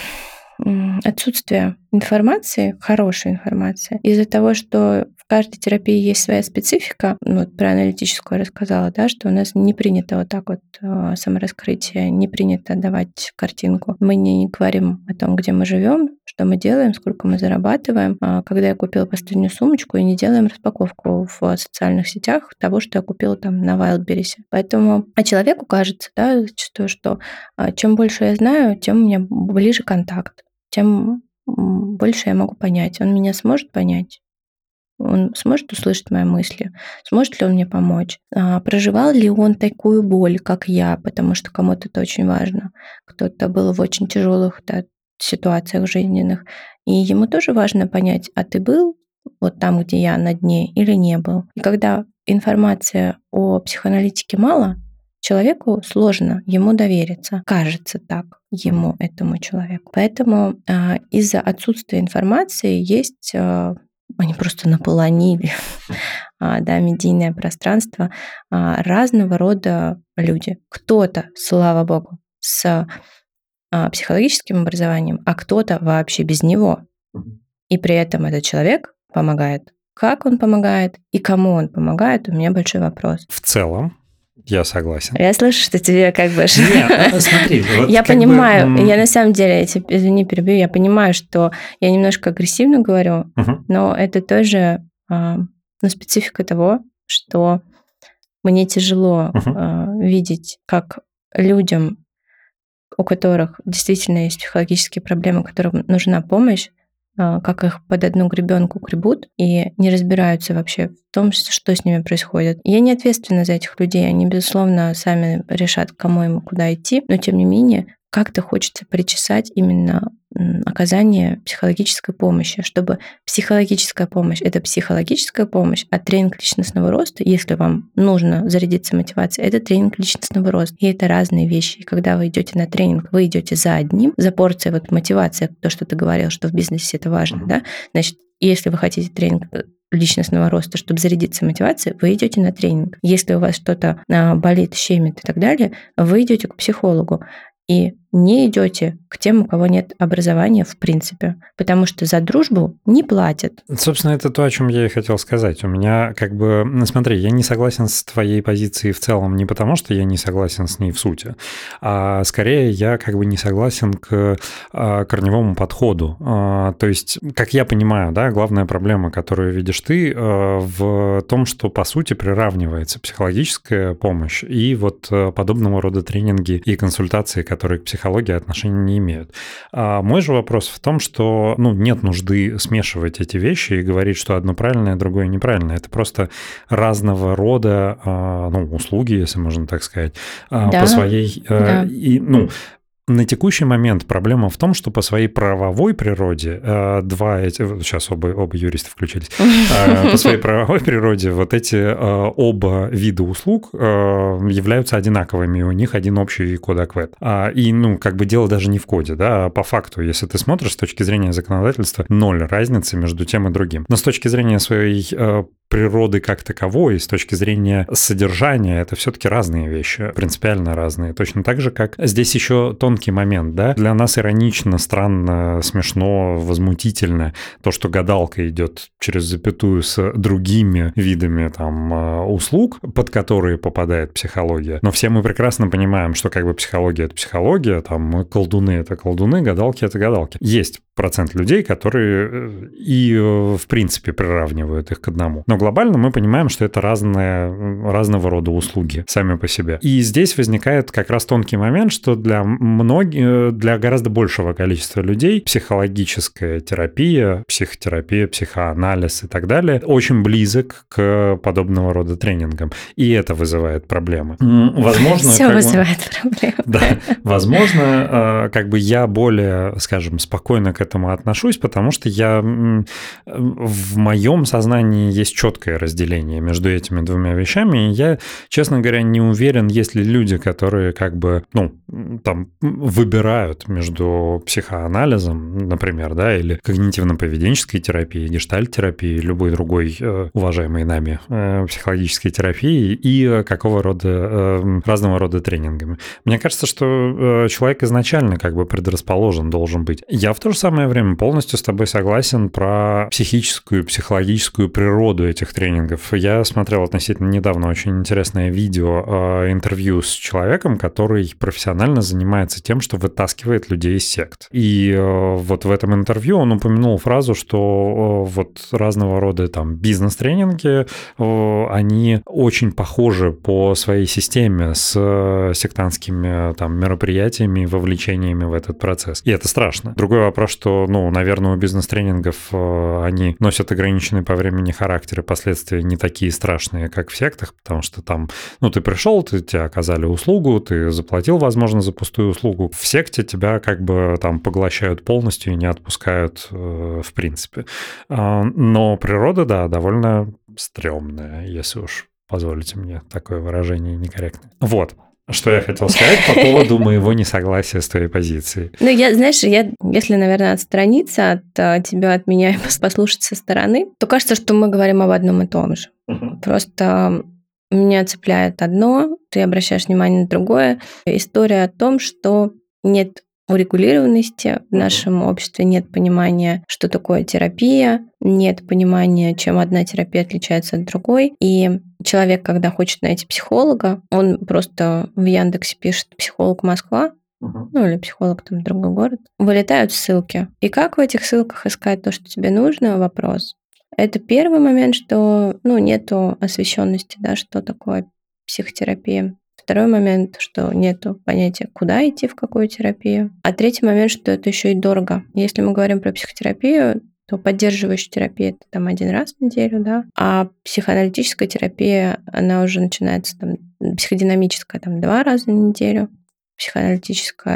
S2: отсутствия информации, хорошей информации, из-за того, что в каждой терапии есть своя специфика, про аналитическую я рассказала, да, что у нас не принято вот так вот самораскрытие, не принято давать картинку. Мы не говорим о том, где мы живем, что мы делаем, сколько мы зарабатываем. Когда я купила последнюю сумочку, и не делаем распаковку в социальных сетях того, что я купила там на Wildberries. Поэтому, человеку кажется, да, зачастую, что чем больше я знаю, тем у меня ближе контакт, тем больше я могу понять. Он меня сможет понять? Он сможет услышать мои мысли? Сможет ли он мне помочь? Проживал ли он такую боль, как я? Потому что кому-то это очень важно. Кто-то был в очень тяжелых ситуациях жизненных. И ему тоже важно понять, а ты был вот там, где я, на дне, или не был? И когда информации о психоаналитике мало, человеку сложно ему довериться. Кажется так ему, этому человеку. Поэтому из-за отсутствия информации есть... Они просто наполонили медийное пространство разного рода люди. Кто-то, слава богу, с психологическим образованием, а кто-то вообще без него. И при этом этот человек помогает. Как он помогает и кому он помогает, у меня большой вопрос.
S1: В целом, я согласен.
S2: Я слышу, что тебе как бы...
S1: Нет, смотри. Вот
S2: я понимаю, я на самом деле, извини, перебью, я понимаю, что я немножко агрессивно говорю, но это тоже специфика того, что мне тяжело видеть, как людям, у которых действительно есть психологические проблемы, которым нужна помощь, как их под одну гребенку гребут и не разбираются вообще в том, что с ними происходит. Я не ответственна за этих людей, они, безусловно, сами решат, к кому им куда идти, но, тем не менее, как-то хочется причесать именно оказание психологической помощи, чтобы психологическая помощь — это психологическая помощь, а тренинг личностного роста, если вам нужно зарядиться мотивацией, это тренинг личностного роста. И это разные вещи. И когда вы идете на тренинг, вы идете за одним, за порцией вот мотивации, то, что ты говорил, что в бизнесе это важно, да, значит, если вы хотите тренинг личностного роста, чтобы зарядиться мотивацией, вы идете на тренинг. Если у вас что-то болит, щемит и так далее, вы идете к психологу. И не идете к тем, у кого нет образования в принципе, потому что за дружбу не платят.
S1: Собственно, это то, о чем я и хотел сказать. У меня смотри, я не согласен с твоей позицией в целом не потому, что я не согласен с ней в сути, а скорее я не согласен к корневому подходу. То есть, как я понимаю, да, главная проблема, которую видишь ты, в том, что по сути приравнивается психологическая помощь и вот подобного рода тренинги и консультации, которые к психологии отношения не имеют. А мой же вопрос в том, что нет нужды смешивать эти вещи и говорить, что одно правильное, другое неправильное. Это просто разного рода услуги, если можно так сказать, по своей...
S2: Да.
S1: На текущий момент проблема в том, что по своей правовой природе сейчас оба юриста включились, по своей правовой природе вот эти оба вида услуг являются одинаковыми, у них один общий код АКВЭД. И дело даже не в коде, да, а по факту, если ты смотришь с точки зрения законодательства, ноль разницы между тем и другим. Но с точки зрения своей природы как таковой, с точки зрения содержания, это все-таки разные вещи, принципиально разные. Точно так же, как здесь еще тонкий момент, да, для нас иронично, странно, смешно, возмутительно то, что гадалка идет через запятую с другими видами услуг, под которые попадает психология. Но все мы прекрасно понимаем, что психология — это психология, колдуны — это колдуны, гадалки — это гадалки. Есть процент людей, которые в принципе приравнивают их к одному. Но глобально мы понимаем, что это разного рода услуги сами по себе. И здесь возникает как раз тонкий момент, что для гораздо большего количества людей психологическая терапия, психотерапия, психоанализ и так далее очень близок к подобного рода тренингам. И это вызывает проблемы. Возможно,
S2: все вызывает проблемы.
S1: Да, возможно, я более, скажем, спокойно к этому отношусь, потому что в моем сознании есть четкое разделение между этими двумя вещами, и я, честно говоря, не уверен, есть ли люди, которые выбирают между психоанализом, например, да, или когнитивно-поведенческой терапией, гештальт-терапией, любой другой уважаемой нами психологической терапией и разного рода тренингами. Мне кажется, что человек изначально предрасположен должен быть. Я в то же самое время полностью с тобой согласен про психологическую природу этих тренингов. Я смотрел относительно недавно очень интересное видео, интервью с человеком, который профессионально занимается тем, что вытаскивает людей из сект. И вот в этом интервью он упомянул фразу, что вот разного рода бизнес-тренинги, они очень похожи по своей системе с сектантскими мероприятиями и вовлечениями в этот процесс. И это страшно. Другой вопрос, что, наверное, у бизнес-тренингов они носят ограниченный по времени характер, и последствия не такие страшные, как в сектах, потому что ты пришел, тебе оказали услугу, ты заплатил, возможно, за пустую услугу. В секте тебя поглощают полностью и не отпускают в принципе. Но природа, да, довольно стрёмная, если уж позволите мне такое выражение некорректное. Вот. Что я хотел сказать по поводу моего несогласия с твоей позицией.
S2: Если, наверное, отстраниться от тебя, от меня и послушать со стороны, то кажется, что мы говорим об одном и том же. Просто меня цепляет одно, ты обращаешь внимание на другое. История о том, что нет урегулированности в нашем обществе, нет понимания, что такое терапия, нет понимания, чем одна терапия отличается от другой. И человек, когда хочет найти психолога, он просто в Яндексе пишет «психолог Москва», или психолог другой город, вылетают ссылки. И как в этих ссылках искать то, что тебе нужно? Вопрос. Это первый момент, что нету освещенности, да, что такое психотерапия. Второй момент, что нету понятия, куда идти, в какую терапию. А третий момент, что это еще и дорого. Если мы говорим про психотерапию, то поддерживающая терапия — это один раз в неделю, да, а психоаналитическая терапия, она уже начинается, психодинамическая 2 раза в неделю, психоаналитическая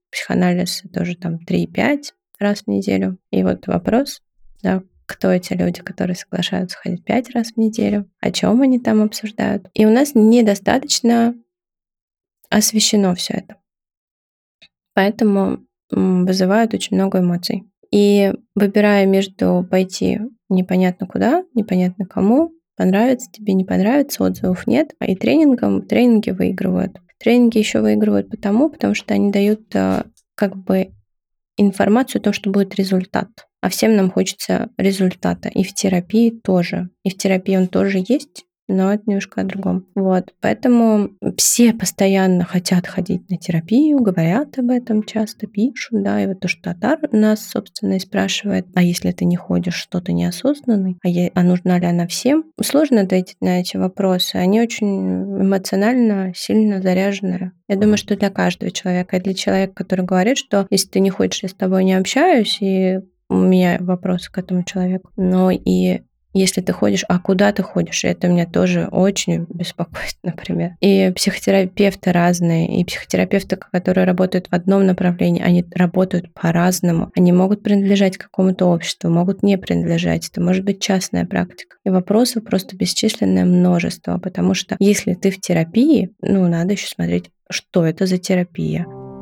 S2: психоанализ тоже там 3-5 раз в неделю. И вот вопрос, да, кто эти люди, которые соглашаются ходить 5 раз в неделю, о чем они там обсуждают. И у нас недостаточно освещено все это. Поэтому вызывает очень много эмоций. И выбирая между пойти непонятно куда, непонятно кому, понравится тебе, не понравится, отзывов нет, и тренинги выигрывают. Тренинги еще выигрывают потому что они дают как бы информацию о том, что будет результат. А всем нам хочется результата. И в терапии тоже. И в терапии он тоже есть, но это немножко о другом. Вот. Поэтому все постоянно хотят ходить на терапию, говорят об этом часто, пишут, да. И вот то, что Татар нас, собственно, и спрашивает, а если ты не ходишь, что ты неосознанный, а нужна ли она всем? Сложно ответить на эти вопросы. Они очень эмоционально сильно заряженные. Я думаю, что для каждого человека. И для человека, который говорит, что если ты не ходишь, я с тобой не общаюсь, и у меня вопросы к этому человеку. Но и если ты ходишь, а куда ты ходишь? Это меня тоже очень беспокоит, например. И психотерапевты разные, и психотерапевты, которые работают в одном направлении, они работают по-разному. Они могут принадлежать какому-то обществу, могут не принадлежать. Это может быть частная практика. И вопросов просто бесчисленное множество, потому что если ты в терапии, надо еще смотреть, что это за терапия.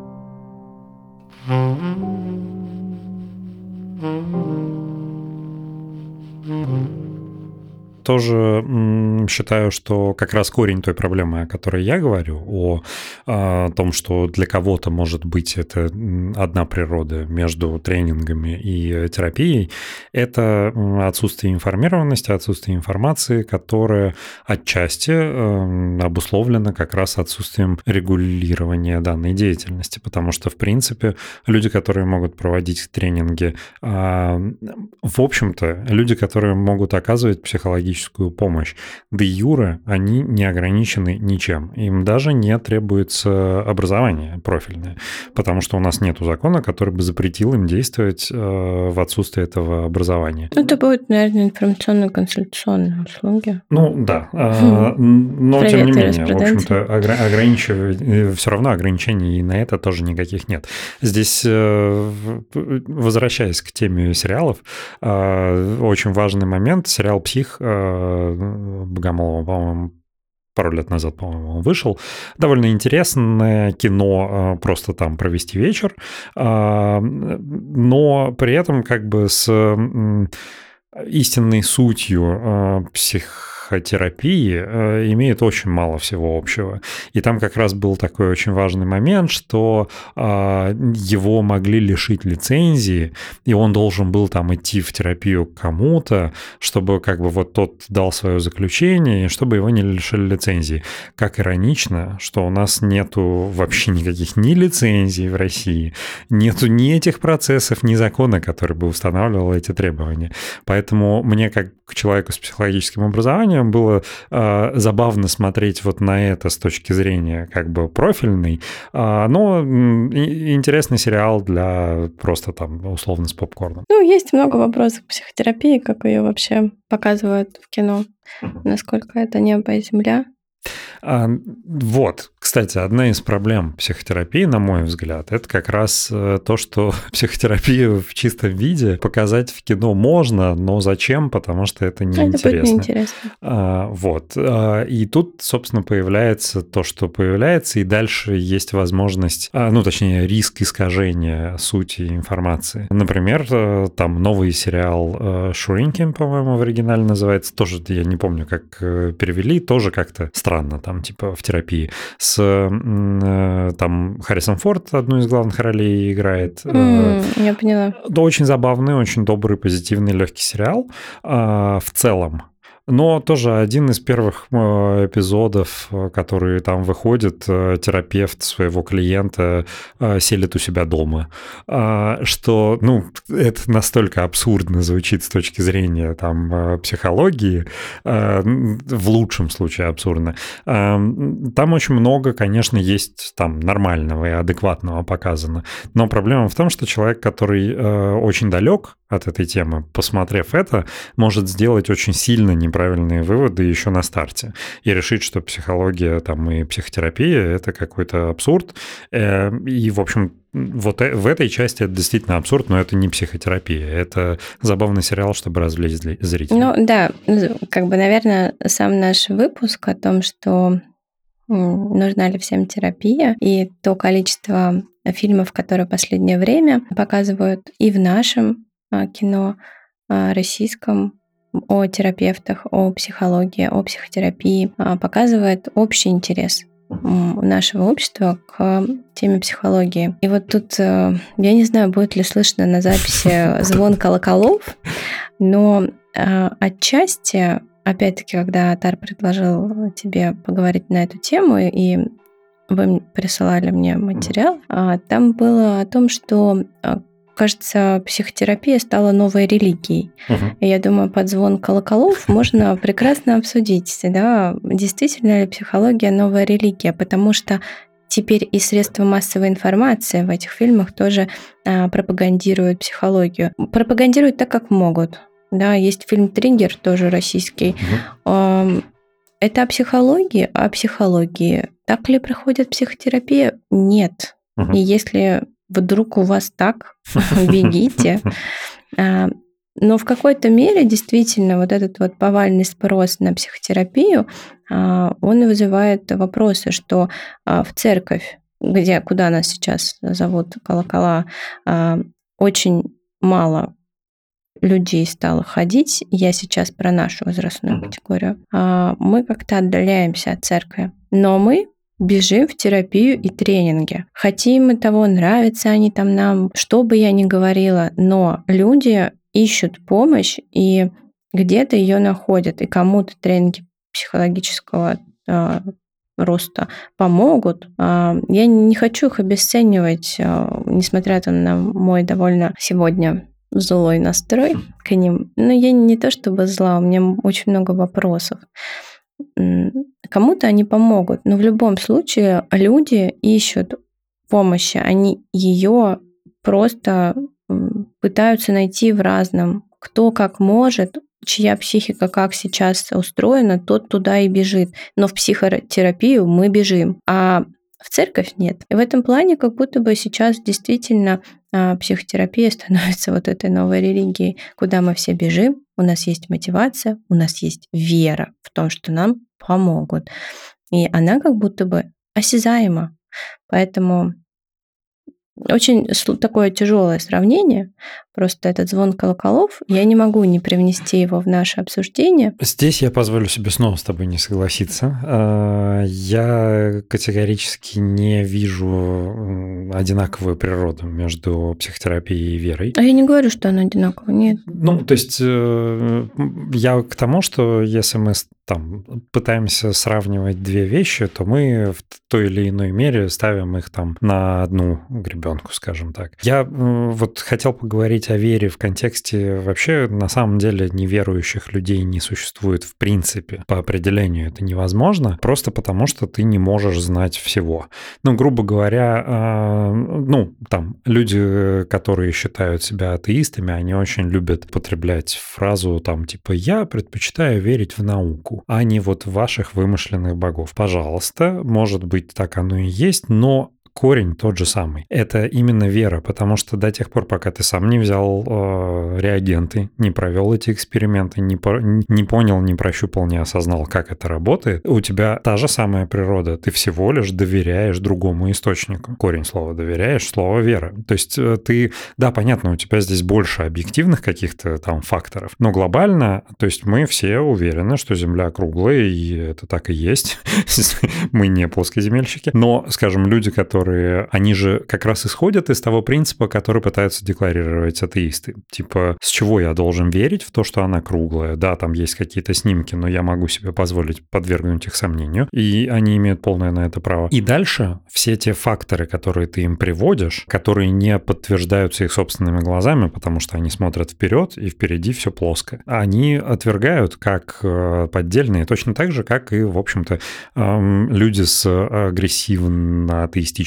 S1: Тоже считаю, что как раз корень той проблемы, о которой я говорю, о том, что для кого-то, может быть, это одна природа между тренингами и терапией, это отсутствие информированности, отсутствие информации, которая отчасти обусловлена как раз отсутствием регулирования данной деятельности, потому что, в принципе, люди, которые могут проводить тренинги, в общем-то, люди, которые могут оказывать психологическую помощь, де юре они не ограничены ничем. Им даже не требуется образование профильное, потому что у нас нет закона, который бы запретил им действовать в отсутствии этого образования.
S2: Это будет, наверное, информационно-консультационные услуги.
S1: Да. Но, тем не менее, в общем-то, все равно ограничений и на это тоже никаких нет. Здесь, возвращаясь к теме сериалов, очень важный момент. Сериал «Псих» Богомолова, по-моему, пару лет назад, по-моему, он вышел. Довольно интересное кино, просто там провести вечер, но при этом как бы с истинной сутью психотерапии имеет очень мало всего общего. И там как раз был такой очень важный момент, что его могли лишить лицензии, и он должен был там идти в терапию к кому-то, чтобы как бы вот тот дал свое заключение, и чтобы его не лишили лицензии. Как иронично, что у нас нету вообще никаких ни лицензий в России, нету ни этих процессов, ни закона, который бы устанавливал эти требования. Поэтому мне, как человеку с психологическим образованием, было забавно смотреть вот на это с точки зрения как бы профильной, но интересный сериал для просто там условно с попкорном.
S2: Есть много вопросов к психотерапии, как ее вообще показывают в кино, насколько это небо и земля.
S1: Вот, кстати, одна из проблем психотерапии, на мой взгляд, это как раз то, что психотерапию в чистом виде показать в кино можно, но зачем? Потому что это неинтересно.
S2: Это будет неинтересно.
S1: Вот. И тут, собственно, появляется то, что появляется, и дальше есть возможность, точнее, риск искажения сути информации. Например, там новый сериал Shrinking, по-моему, в оригинале называется, тоже я не помню, как перевели, тоже как-то странно там, типа в терапии, с там Харрисон Форд одну из главных ролей играет.
S2: Я поняла.
S1: Да, очень забавный, очень добрый, позитивный, легкий сериал в целом. Но тоже один из первых эпизодов, которые там выходит, терапевт своего клиента селит у себя дома. Что, это настолько абсурдно звучит с точки зрения там психологии, в лучшем случае абсурдно. Там очень много, конечно, есть там нормального и адекватного показано. Но проблема в том, что человек, который очень далек от этой темы, посмотрев это, может сделать очень сильно неправильные выводы еще на старте и решить, что психология там, и психотерапия — это какой-то абсурд. И, в общем, вот в этой части это действительно абсурд, но это не психотерапия. Это забавный сериал, чтобы развлечь зрителей.
S2: Ну да, как бы, наверное, сам наш выпуск о том, что нужна ли всем терапия, и то количество фильмов, которые в последнее время показывают и в нашем кино российском о терапевтах, о психологии, о психотерапии, показывает общий интерес нашего общества к теме психологии. И вот тут, я не знаю, будет ли слышно на записи звон колоколов, но отчасти, опять-таки, когда Атар предложил тебе поговорить на эту тему, и вы присылали мне материал, там было о том, что, кажется, психотерапия стала новой религией. И я думаю, под звон колоколов можно прекрасно обсудить, да, действительно ли психология новая религия, потому что теперь и средства массовой информации в этих фильмах тоже пропагандируют психологию. Пропагандируют так, как могут. Да, есть фильм «Триггер», тоже российский. Это о психологии, Так ли проходит психотерапия? Нет. И если вдруг у вас так, бегите. Но в какой-то мере действительно вот этот вот повальный спрос на психотерапию, он и вызывает вопросы, что в церковь, куда нас сейчас зовут колокола, очень мало людей стало ходить, я сейчас про нашу возрастную категорию, мы как-то отдаляемся от церкви. Но мы бежим в терапию и тренинги. Хотим мы того, нравятся они там нам, что бы я ни говорила, но люди ищут помощь и где-то ее находят, и кому-то тренинги психологического роста помогут. Я не хочу их обесценивать, несмотря на мой довольно сегодня злой настрой к ним. Но я не то чтобы зла, у меня очень много вопросов. Кому-то они помогут, но в любом случае люди ищут помощи, они ее просто пытаются найти в разном. Кто как может, чья психика как сейчас устроена, тот туда и бежит. Но в психотерапию мы бежим, а в церковь нет. И в этом плане как будто бы сейчас действительно психотерапия становится вот этой новой религией, куда мы все бежим, у нас есть мотивация, у нас есть вера в том, что нам помогут. И она как будто бы осязаема. Поэтому очень такое тяжелое сравнение. Просто этот звон колоколов, я не могу не привнести его в наше обсуждение.
S1: Здесь я позволю себе снова с тобой не согласиться. Я категорически не вижу одинаковую природу между психотерапией и верой.
S2: А я не говорю, что она одинакова, нет.
S1: Ну, то есть я к тому, что если мы там пытаемся сравнивать две вещи, то мы в той или иной мере ставим их там на одну гребенку, скажем так. Я вот хотел поговорить о вере в контексте вообще, на самом деле, неверующих людей не существует в принципе. По определению это невозможно, просто потому что ты не можешь знать всего. Ну, грубо говоря, там люди, которые считают себя атеистами, они очень любят употреблять фразу там типа «я предпочитаю верить в науку», а не вот в ваших вымышленных богов. Пожалуйста, может быть, так оно и есть, но корень тот же самый. Это именно вера, потому что до тех пор, пока ты сам не взял реагенты, не провел эти эксперименты, не понял, не прощупал, не осознал, как это работает, у тебя та же самая природа. Ты всего лишь доверяешь другому источнику. Корень слова «доверяешь» — слово «вера». То есть ты, да, понятно, у тебя здесь больше объективных каких-то там факторов, но глобально, то есть мы все уверены, что Земля круглая, и это так и есть. Мы не плоскоземельщики. Но, скажем, люди, которые они же как раз исходят из того принципа, который пытаются декларировать атеисты. Типа, с чего я должен верить в то, что она круглая? Да, там есть какие-то снимки, но я могу себе позволить подвергнуть их сомнению, и они имеют полное на это право. И дальше все те факторы, которые ты им приводишь, которые не подтверждаются их собственными глазами, потому что они смотрят вперед, и впереди все плоско, они отвергают как поддельные, точно так же, как и, в общем-то, люди с агрессивно-атеистичными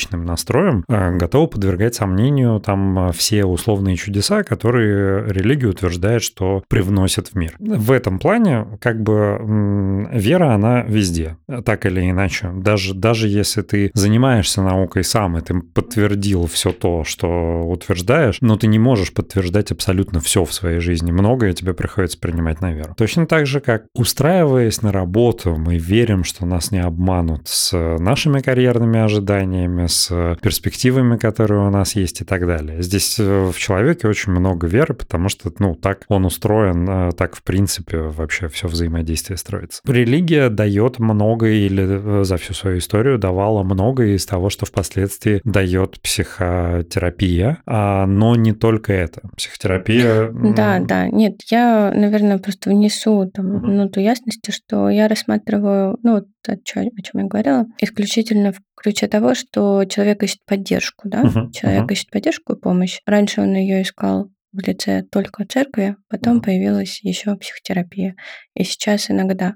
S1: эгоистичным настроем готовы подвергать сомнению там все условные чудеса, которые религия утверждает, что привносят в мир. В этом плане как бы вера, она везде, так или иначе. Даже если ты занимаешься наукой сам, и ты подтвердил все то, что утверждаешь, но ты не можешь подтверждать абсолютно все в своей жизни. Многое тебе приходится принимать на веру. Точно так же, как устраиваясь на работу, мы верим, что нас не обманут с нашими карьерными ожиданиями, с перспективами, которые у нас есть и так далее. Здесь в человеке очень много веры, потому что, так он устроен, так, в принципе, вообще все взаимодействие строится. Религия дает много или за всю свою историю давала много из того, что впоследствии дает психотерапия, но не только это. Психотерапия...
S2: Да. Нет, я, наверное, просто внесу там минуту ясности, что я рассматриваю, о чем я говорила, исключительно в ключе того, что человек ищет поддержку, да? Человек ищет поддержку и помощь. Раньше он ее искал в лице только церкви, потом появилась еще психотерапия. И сейчас иногда,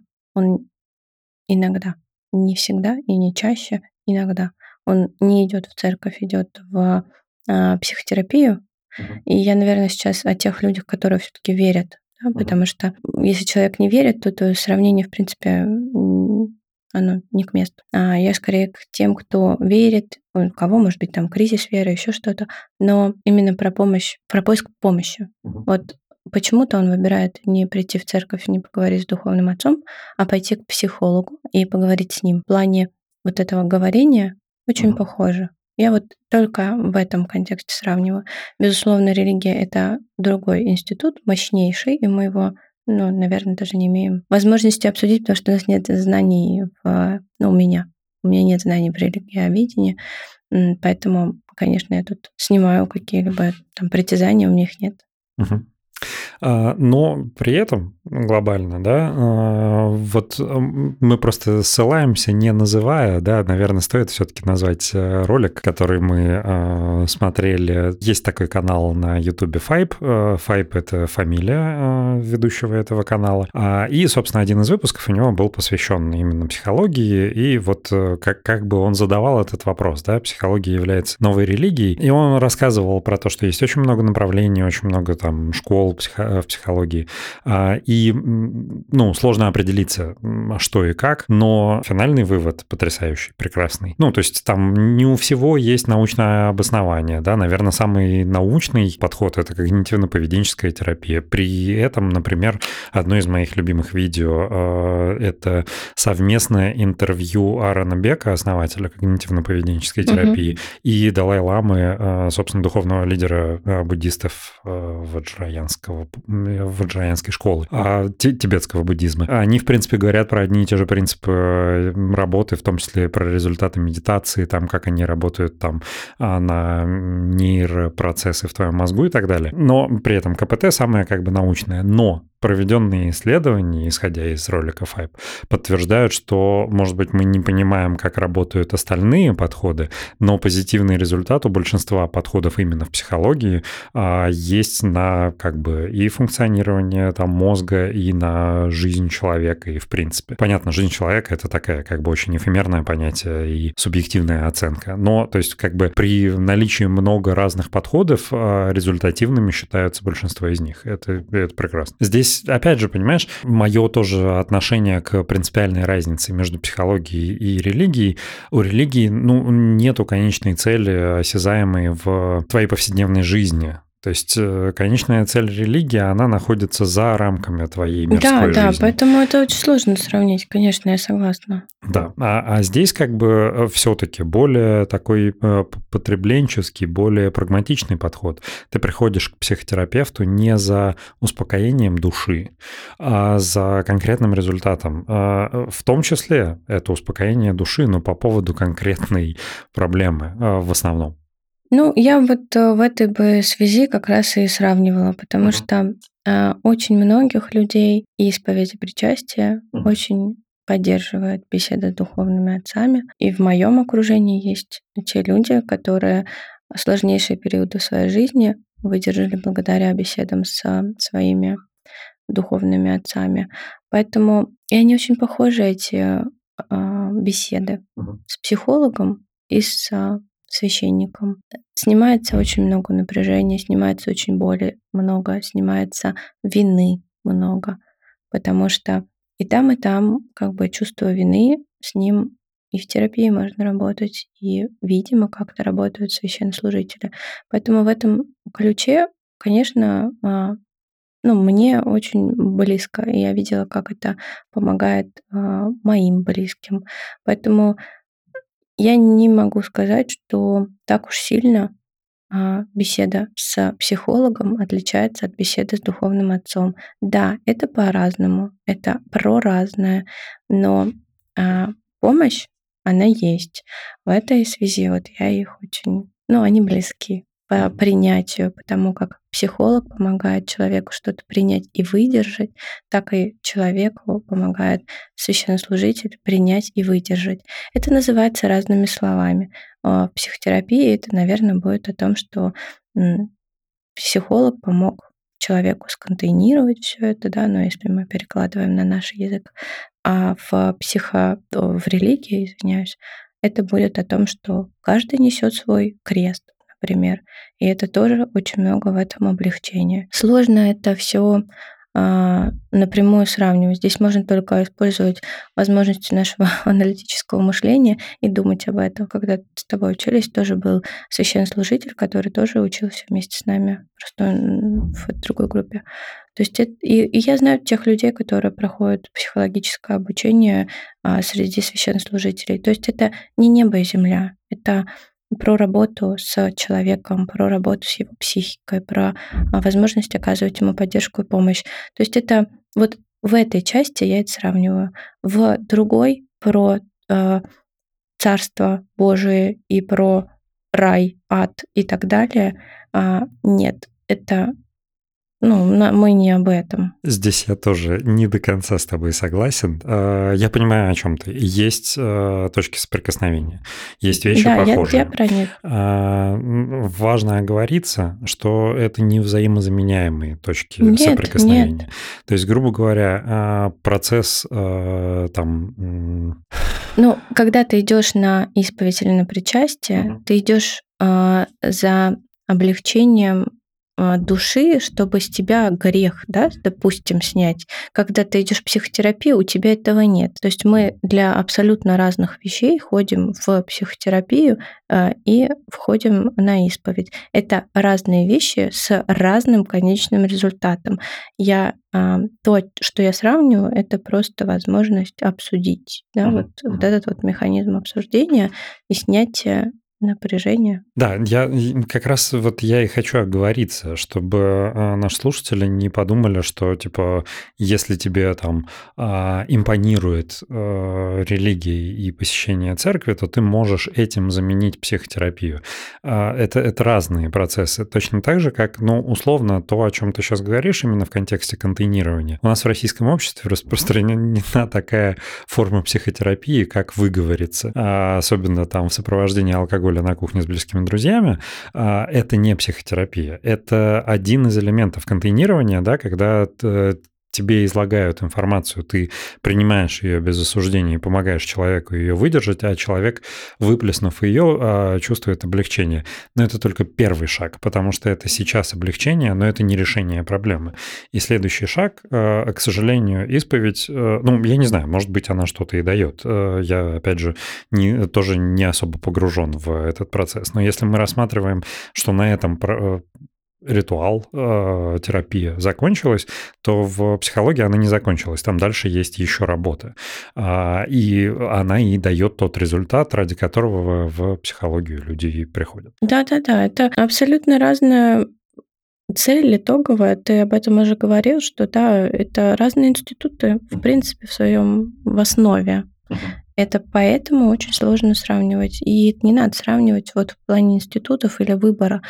S2: не всегда и не чаще, иногда он не идет в церковь, идет в психотерапию. И я, наверное, сейчас о тех людях, которые все-таки верят, да, потому что если человек не верит, то сравнение, в принципе, оно не к месту. А я скорее к тем, кто верит, у кого, может быть, там кризис веры, еще что-то, но именно про помощь, про поиск помощи. Вот почему-то он выбирает не прийти в церковь, не поговорить с духовным отцом, а пойти к психологу и поговорить с ним. В плане вот этого говорения очень похоже. Я вот только в этом контексте сравниваю. Безусловно, религия — это другой институт, мощнейший, и мы его, наверное, даже не имеем возможности обсудить, потому что у нас нет знаний у меня. У меня нет знаний в религиоведении, поэтому, конечно, я тут снимаю какие-либо там притязания, у меня их нет.
S1: Но при этом глобально, да, вот мы просто ссылаемся, не называя, да, наверное, стоит все-таки назвать ролик, который мы смотрели. Есть такой канал на YouTube Файб. Файб — это фамилия ведущего этого канала. И, собственно, один из выпусков у него был посвящен именно психологии, и вот как бы он задавал этот вопрос, да, психология является новой религией, и он рассказывал про то, что есть очень много направлений, очень много там школ в психологии, и, сложно определиться, что и как, но финальный вывод потрясающий, прекрасный. То есть там не у всего есть научное обоснование, да, наверное, самый научный подход — это когнитивно-поведенческая терапия. При этом, например, одно из моих любимых видео — это совместное интервью Аарона Бека, основателя когнитивно-поведенческой терапии, и Далай-ламы, собственно, духовного лидера буддистов ваджраянской школы, тибетского буддизма. Они, в принципе, говорят про одни и те же принципы работы, в том числе про результаты медитации, там, как они работают там на нейропроцессы в твоем мозгу и так далее. Но при этом КПТ самое как бы научное. Но проведенные исследования, исходя из ролика Файб, подтверждают, что, может быть, мы не понимаем, как работают остальные подходы, но позитивный результат у большинства подходов именно в психологии есть на как бы и функционирование там мозга, и на жизнь человека, и в принципе. Понятно, жизнь человека — это такая как бы очень эфемерное понятие и субъективная оценка. Но, то есть, как бы при наличии много разных подходов результативными считаются большинство из них. Это прекрасно. Здесь, опять же, понимаешь, мое тоже отношение к принципиальной разнице между психологией и религией. У религии, нету конечной цели, осязаемой в твоей повседневной жизни. То есть конечная цель религии, она находится за рамками твоей мирской жизни.
S2: Да, поэтому это очень сложно сравнить, конечно, я согласна.
S1: Да, а здесь как бы все-таки более такой потребленческий, более прагматичный подход. Ты приходишь к психотерапевту не за успокоением души, а за конкретным результатом. В том числе это успокоение души, но по поводу конкретной проблемы в основном.
S2: Я вот в этой бы связи как раз и сравнивала, потому что очень многих людей исповедь и причастие очень поддерживает беседы с духовными отцами. И в моем окружении есть те люди, которые сложнейшие периоды своей жизни выдержали благодаря беседам с своими духовными отцами. Поэтому и они очень похожи, эти беседы с психологом и с священником. Снимается очень много напряжения, снимается очень боли много, снимается вины много, потому что и там как бы чувство вины, с ним и в терапии можно работать, и, видимо, как-то работают священнослужители. Поэтому в этом ключе, конечно, мне очень близко, и я видела, как это помогает моим близким. Поэтому я не могу сказать, что так уж сильно беседа с психологом отличается от беседы с духовным отцом. Да, это по-разному, это про разное, но помощь, она есть. В этой связи вот я их очень, они близки по принятию, потому как психолог помогает человеку что-то принять и выдержать, так и человеку помогает священнослужитель принять и выдержать. Это называется разными словами. В психотерапии это, наверное, будет о том, что психолог помог человеку сконтейнировать все это, да, но если мы перекладываем на наш язык, а в религии, извиняюсь, это будет о том, что каждый несет свой крест, например, и это тоже очень много в этом облегчения. Сложно это все напрямую сравнивать. Здесь можно только использовать возможности нашего аналитического мышления и думать об этом. Когда с тобой учились, тоже был священнослужитель, который тоже учился вместе с нами, просто он в другой группе. То есть и я знаю тех людей, которые проходят психологическое обучение среди священнослужителей. То есть это не небо и земля, это про работу с человеком, про работу с его психикой, про возможность оказывать ему поддержку и помощь. То есть это вот в этой части я это сравниваю. В другой про Царство Божие и про рай, ад и так далее нет. Это мы не об этом.
S1: Здесь я тоже не до конца с тобой согласен. Я понимаю, о чем ты. Есть точки соприкосновения, есть вещи похожие.
S2: Я про них.
S1: Важно оговориться, что это не взаимозаменяемые точки соприкосновения.
S2: Нет.
S1: То есть, грубо говоря, процесс там...
S2: когда ты идешь на исповедь или на причастие, ты идешь за облегчением души, чтобы с тебя грех, да, допустим, снять. Когда ты идешь в психотерапию, у тебя этого нет. То есть мы для абсолютно разных вещей ходим в психотерапию и входим на исповедь. Это разные вещи с разным конечным результатом. То, что я сравниваю, это просто возможность обсудить, да, вот этот вот механизм обсуждения и снятия напряжение.
S1: Да, я как раз я и хочу оговориться, чтобы наши слушатели не подумали, что типа если тебе там импонирует религия и посещение церкви, то ты можешь этим заменить психотерапию. Это разные процессы. Точно так же, как, условно, то, о чем ты сейчас говоришь, именно в контексте контейнирования. У нас в российском обществе распространена такая форма психотерапии, как выговориться. Особенно там в сопровождении алкоголя на кухне с близкими друзьями, это не психотерапия. Это один из элементов контейнирования, да, когда тебе излагают информацию, ты принимаешь ее без осуждения и помогаешь человеку ее выдержать, а человек, выплеснув ее, чувствует облегчение. Но это только первый шаг, потому что это сейчас облегчение, но это не решение проблемы. И следующий шаг, к сожалению, исповедь, я не знаю, может быть, она что-то и дает. Я, опять же, тоже не особо погружен в этот процесс. Но если мы рассматриваем, что на этом ритуал, терапия закончилась, то в психологии она не закончилась. Там дальше есть еще работа. И она и дает тот результат, ради которого в психологию люди и приходят.
S2: Да-да-да, это абсолютно разная цель итоговая. Ты об этом уже говорил, что да, это разные институты, в принципе, в основе. Это поэтому очень сложно сравнивать. И не надо сравнивать в плане институтов или выбора.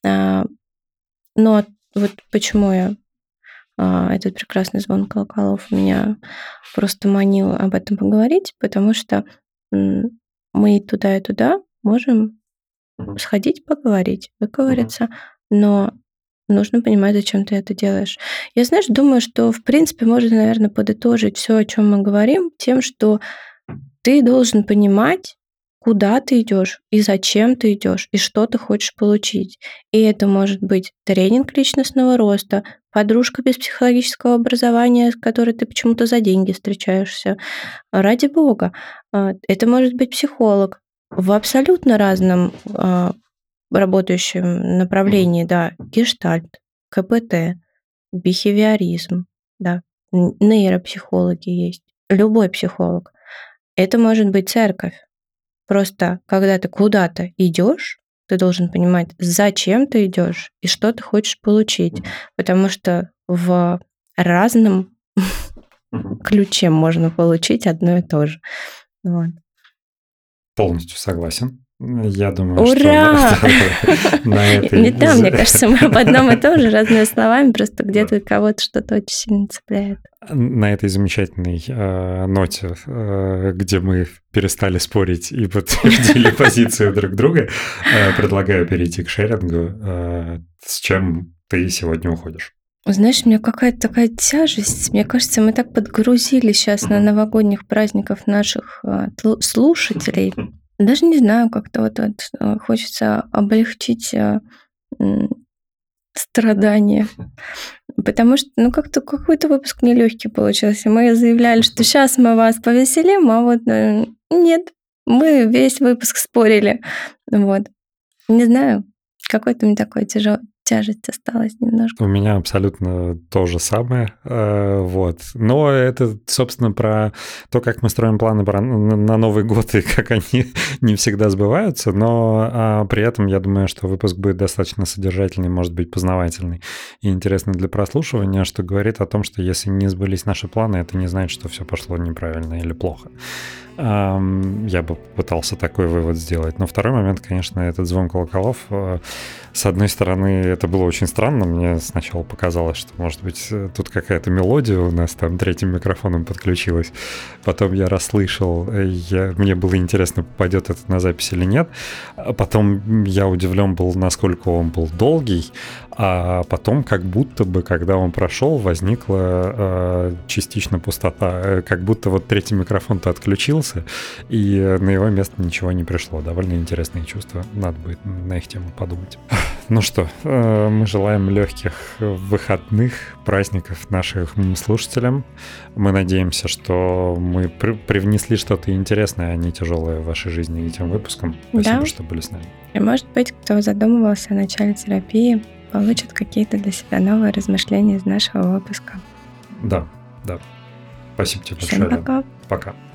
S2: Но почему этот прекрасный звон колоколов меня просто манил об этом поговорить, потому что мы и туда можем сходить, поговорить, выговориться, но нужно понимать, зачем ты это делаешь. Я, думаю, что, в принципе, можно, наверное, подытожить все, о чем мы говорим, тем, что ты должен понимать, куда ты идешь, и зачем ты идешь, и что ты хочешь получить. И это может быть тренинг личностного роста, подружка без психологического образования, с которой ты почему-то за деньги встречаешься. Ради бога. Это может быть психолог в абсолютно разном работающем направлении, да, гештальт, КПТ, бихевиоризм, да, нейропсихологи есть, любой психолог. Это может быть церковь. Просто когда ты куда-то идешь, ты должен понимать, зачем ты идешь и что ты хочешь получить, потому что в разном ключе можно получить одно и то же. Вот.
S1: Полностью согласен. Я думаю,
S2: Ура!
S1: что на этой...
S2: Не там, мне кажется, мы об одном и том же, разными словами, просто где-то кого-то что-то очень сильно цепляет.
S1: На этой замечательной ноте, где мы перестали спорить и подтвердили позицию друг друга, предлагаю перейти к шерингу. С чем ты сегодня уходишь?
S2: Знаешь, у меня какая-то такая тяжесть. Мне кажется, мы так подгрузили сейчас на новогодних праздников наших слушателей. Даже не знаю, как-то вот хочется облегчить страдания. Потому что, как-то какой-то выпуск нелегкий получился. Мы заявляли, что сейчас мы вас повеселим, а вот нет, мы весь выпуск спорили. Вот. Не знаю, какой-то мне такой тяжесть осталась немножко.
S1: У меня абсолютно то же самое. Вот. Но это, собственно, про то, как мы строим планы на Новый год и как они не всегда сбываются. Но при этом я думаю, что выпуск будет достаточно содержательный, может быть, познавательный и интересный для прослушивания, что говорит о том, что если не сбылись наши планы, это не значит, что все пошло неправильно или плохо. Я бы пытался такой вывод сделать. Но второй момент, конечно, этот звон колоколов. С одной стороны, это было очень странно. Мне сначала показалось, что, может быть, тут какая-то мелодия у нас там третьим микрофоном подключилась. Потом я расслышал, мне было интересно, попадет это на запись или нет. Потом я удивлен был, насколько он был долгий. А потом, как будто бы, когда он прошел, возникла частично пустота. Как будто вот третий микрофон-то отключился, и на его место ничего не пришло. Довольно интересные чувства. Надо будет на их тему подумать. Ну что, мы желаем легких выходных, праздников нашим слушателям. Мы надеемся, что мы привнесли что-то интересное, а не тяжелое в вашей жизни этим выпуском. Спасибо,
S2: да.
S1: что были с нами.
S2: И, может быть, кто задумывался о начале терапии, получит какие-то для себя новые размышления из нашего выпуска.
S1: Да. Спасибо тебе
S2: большое.
S1: Всем
S2: пока.
S1: Пока.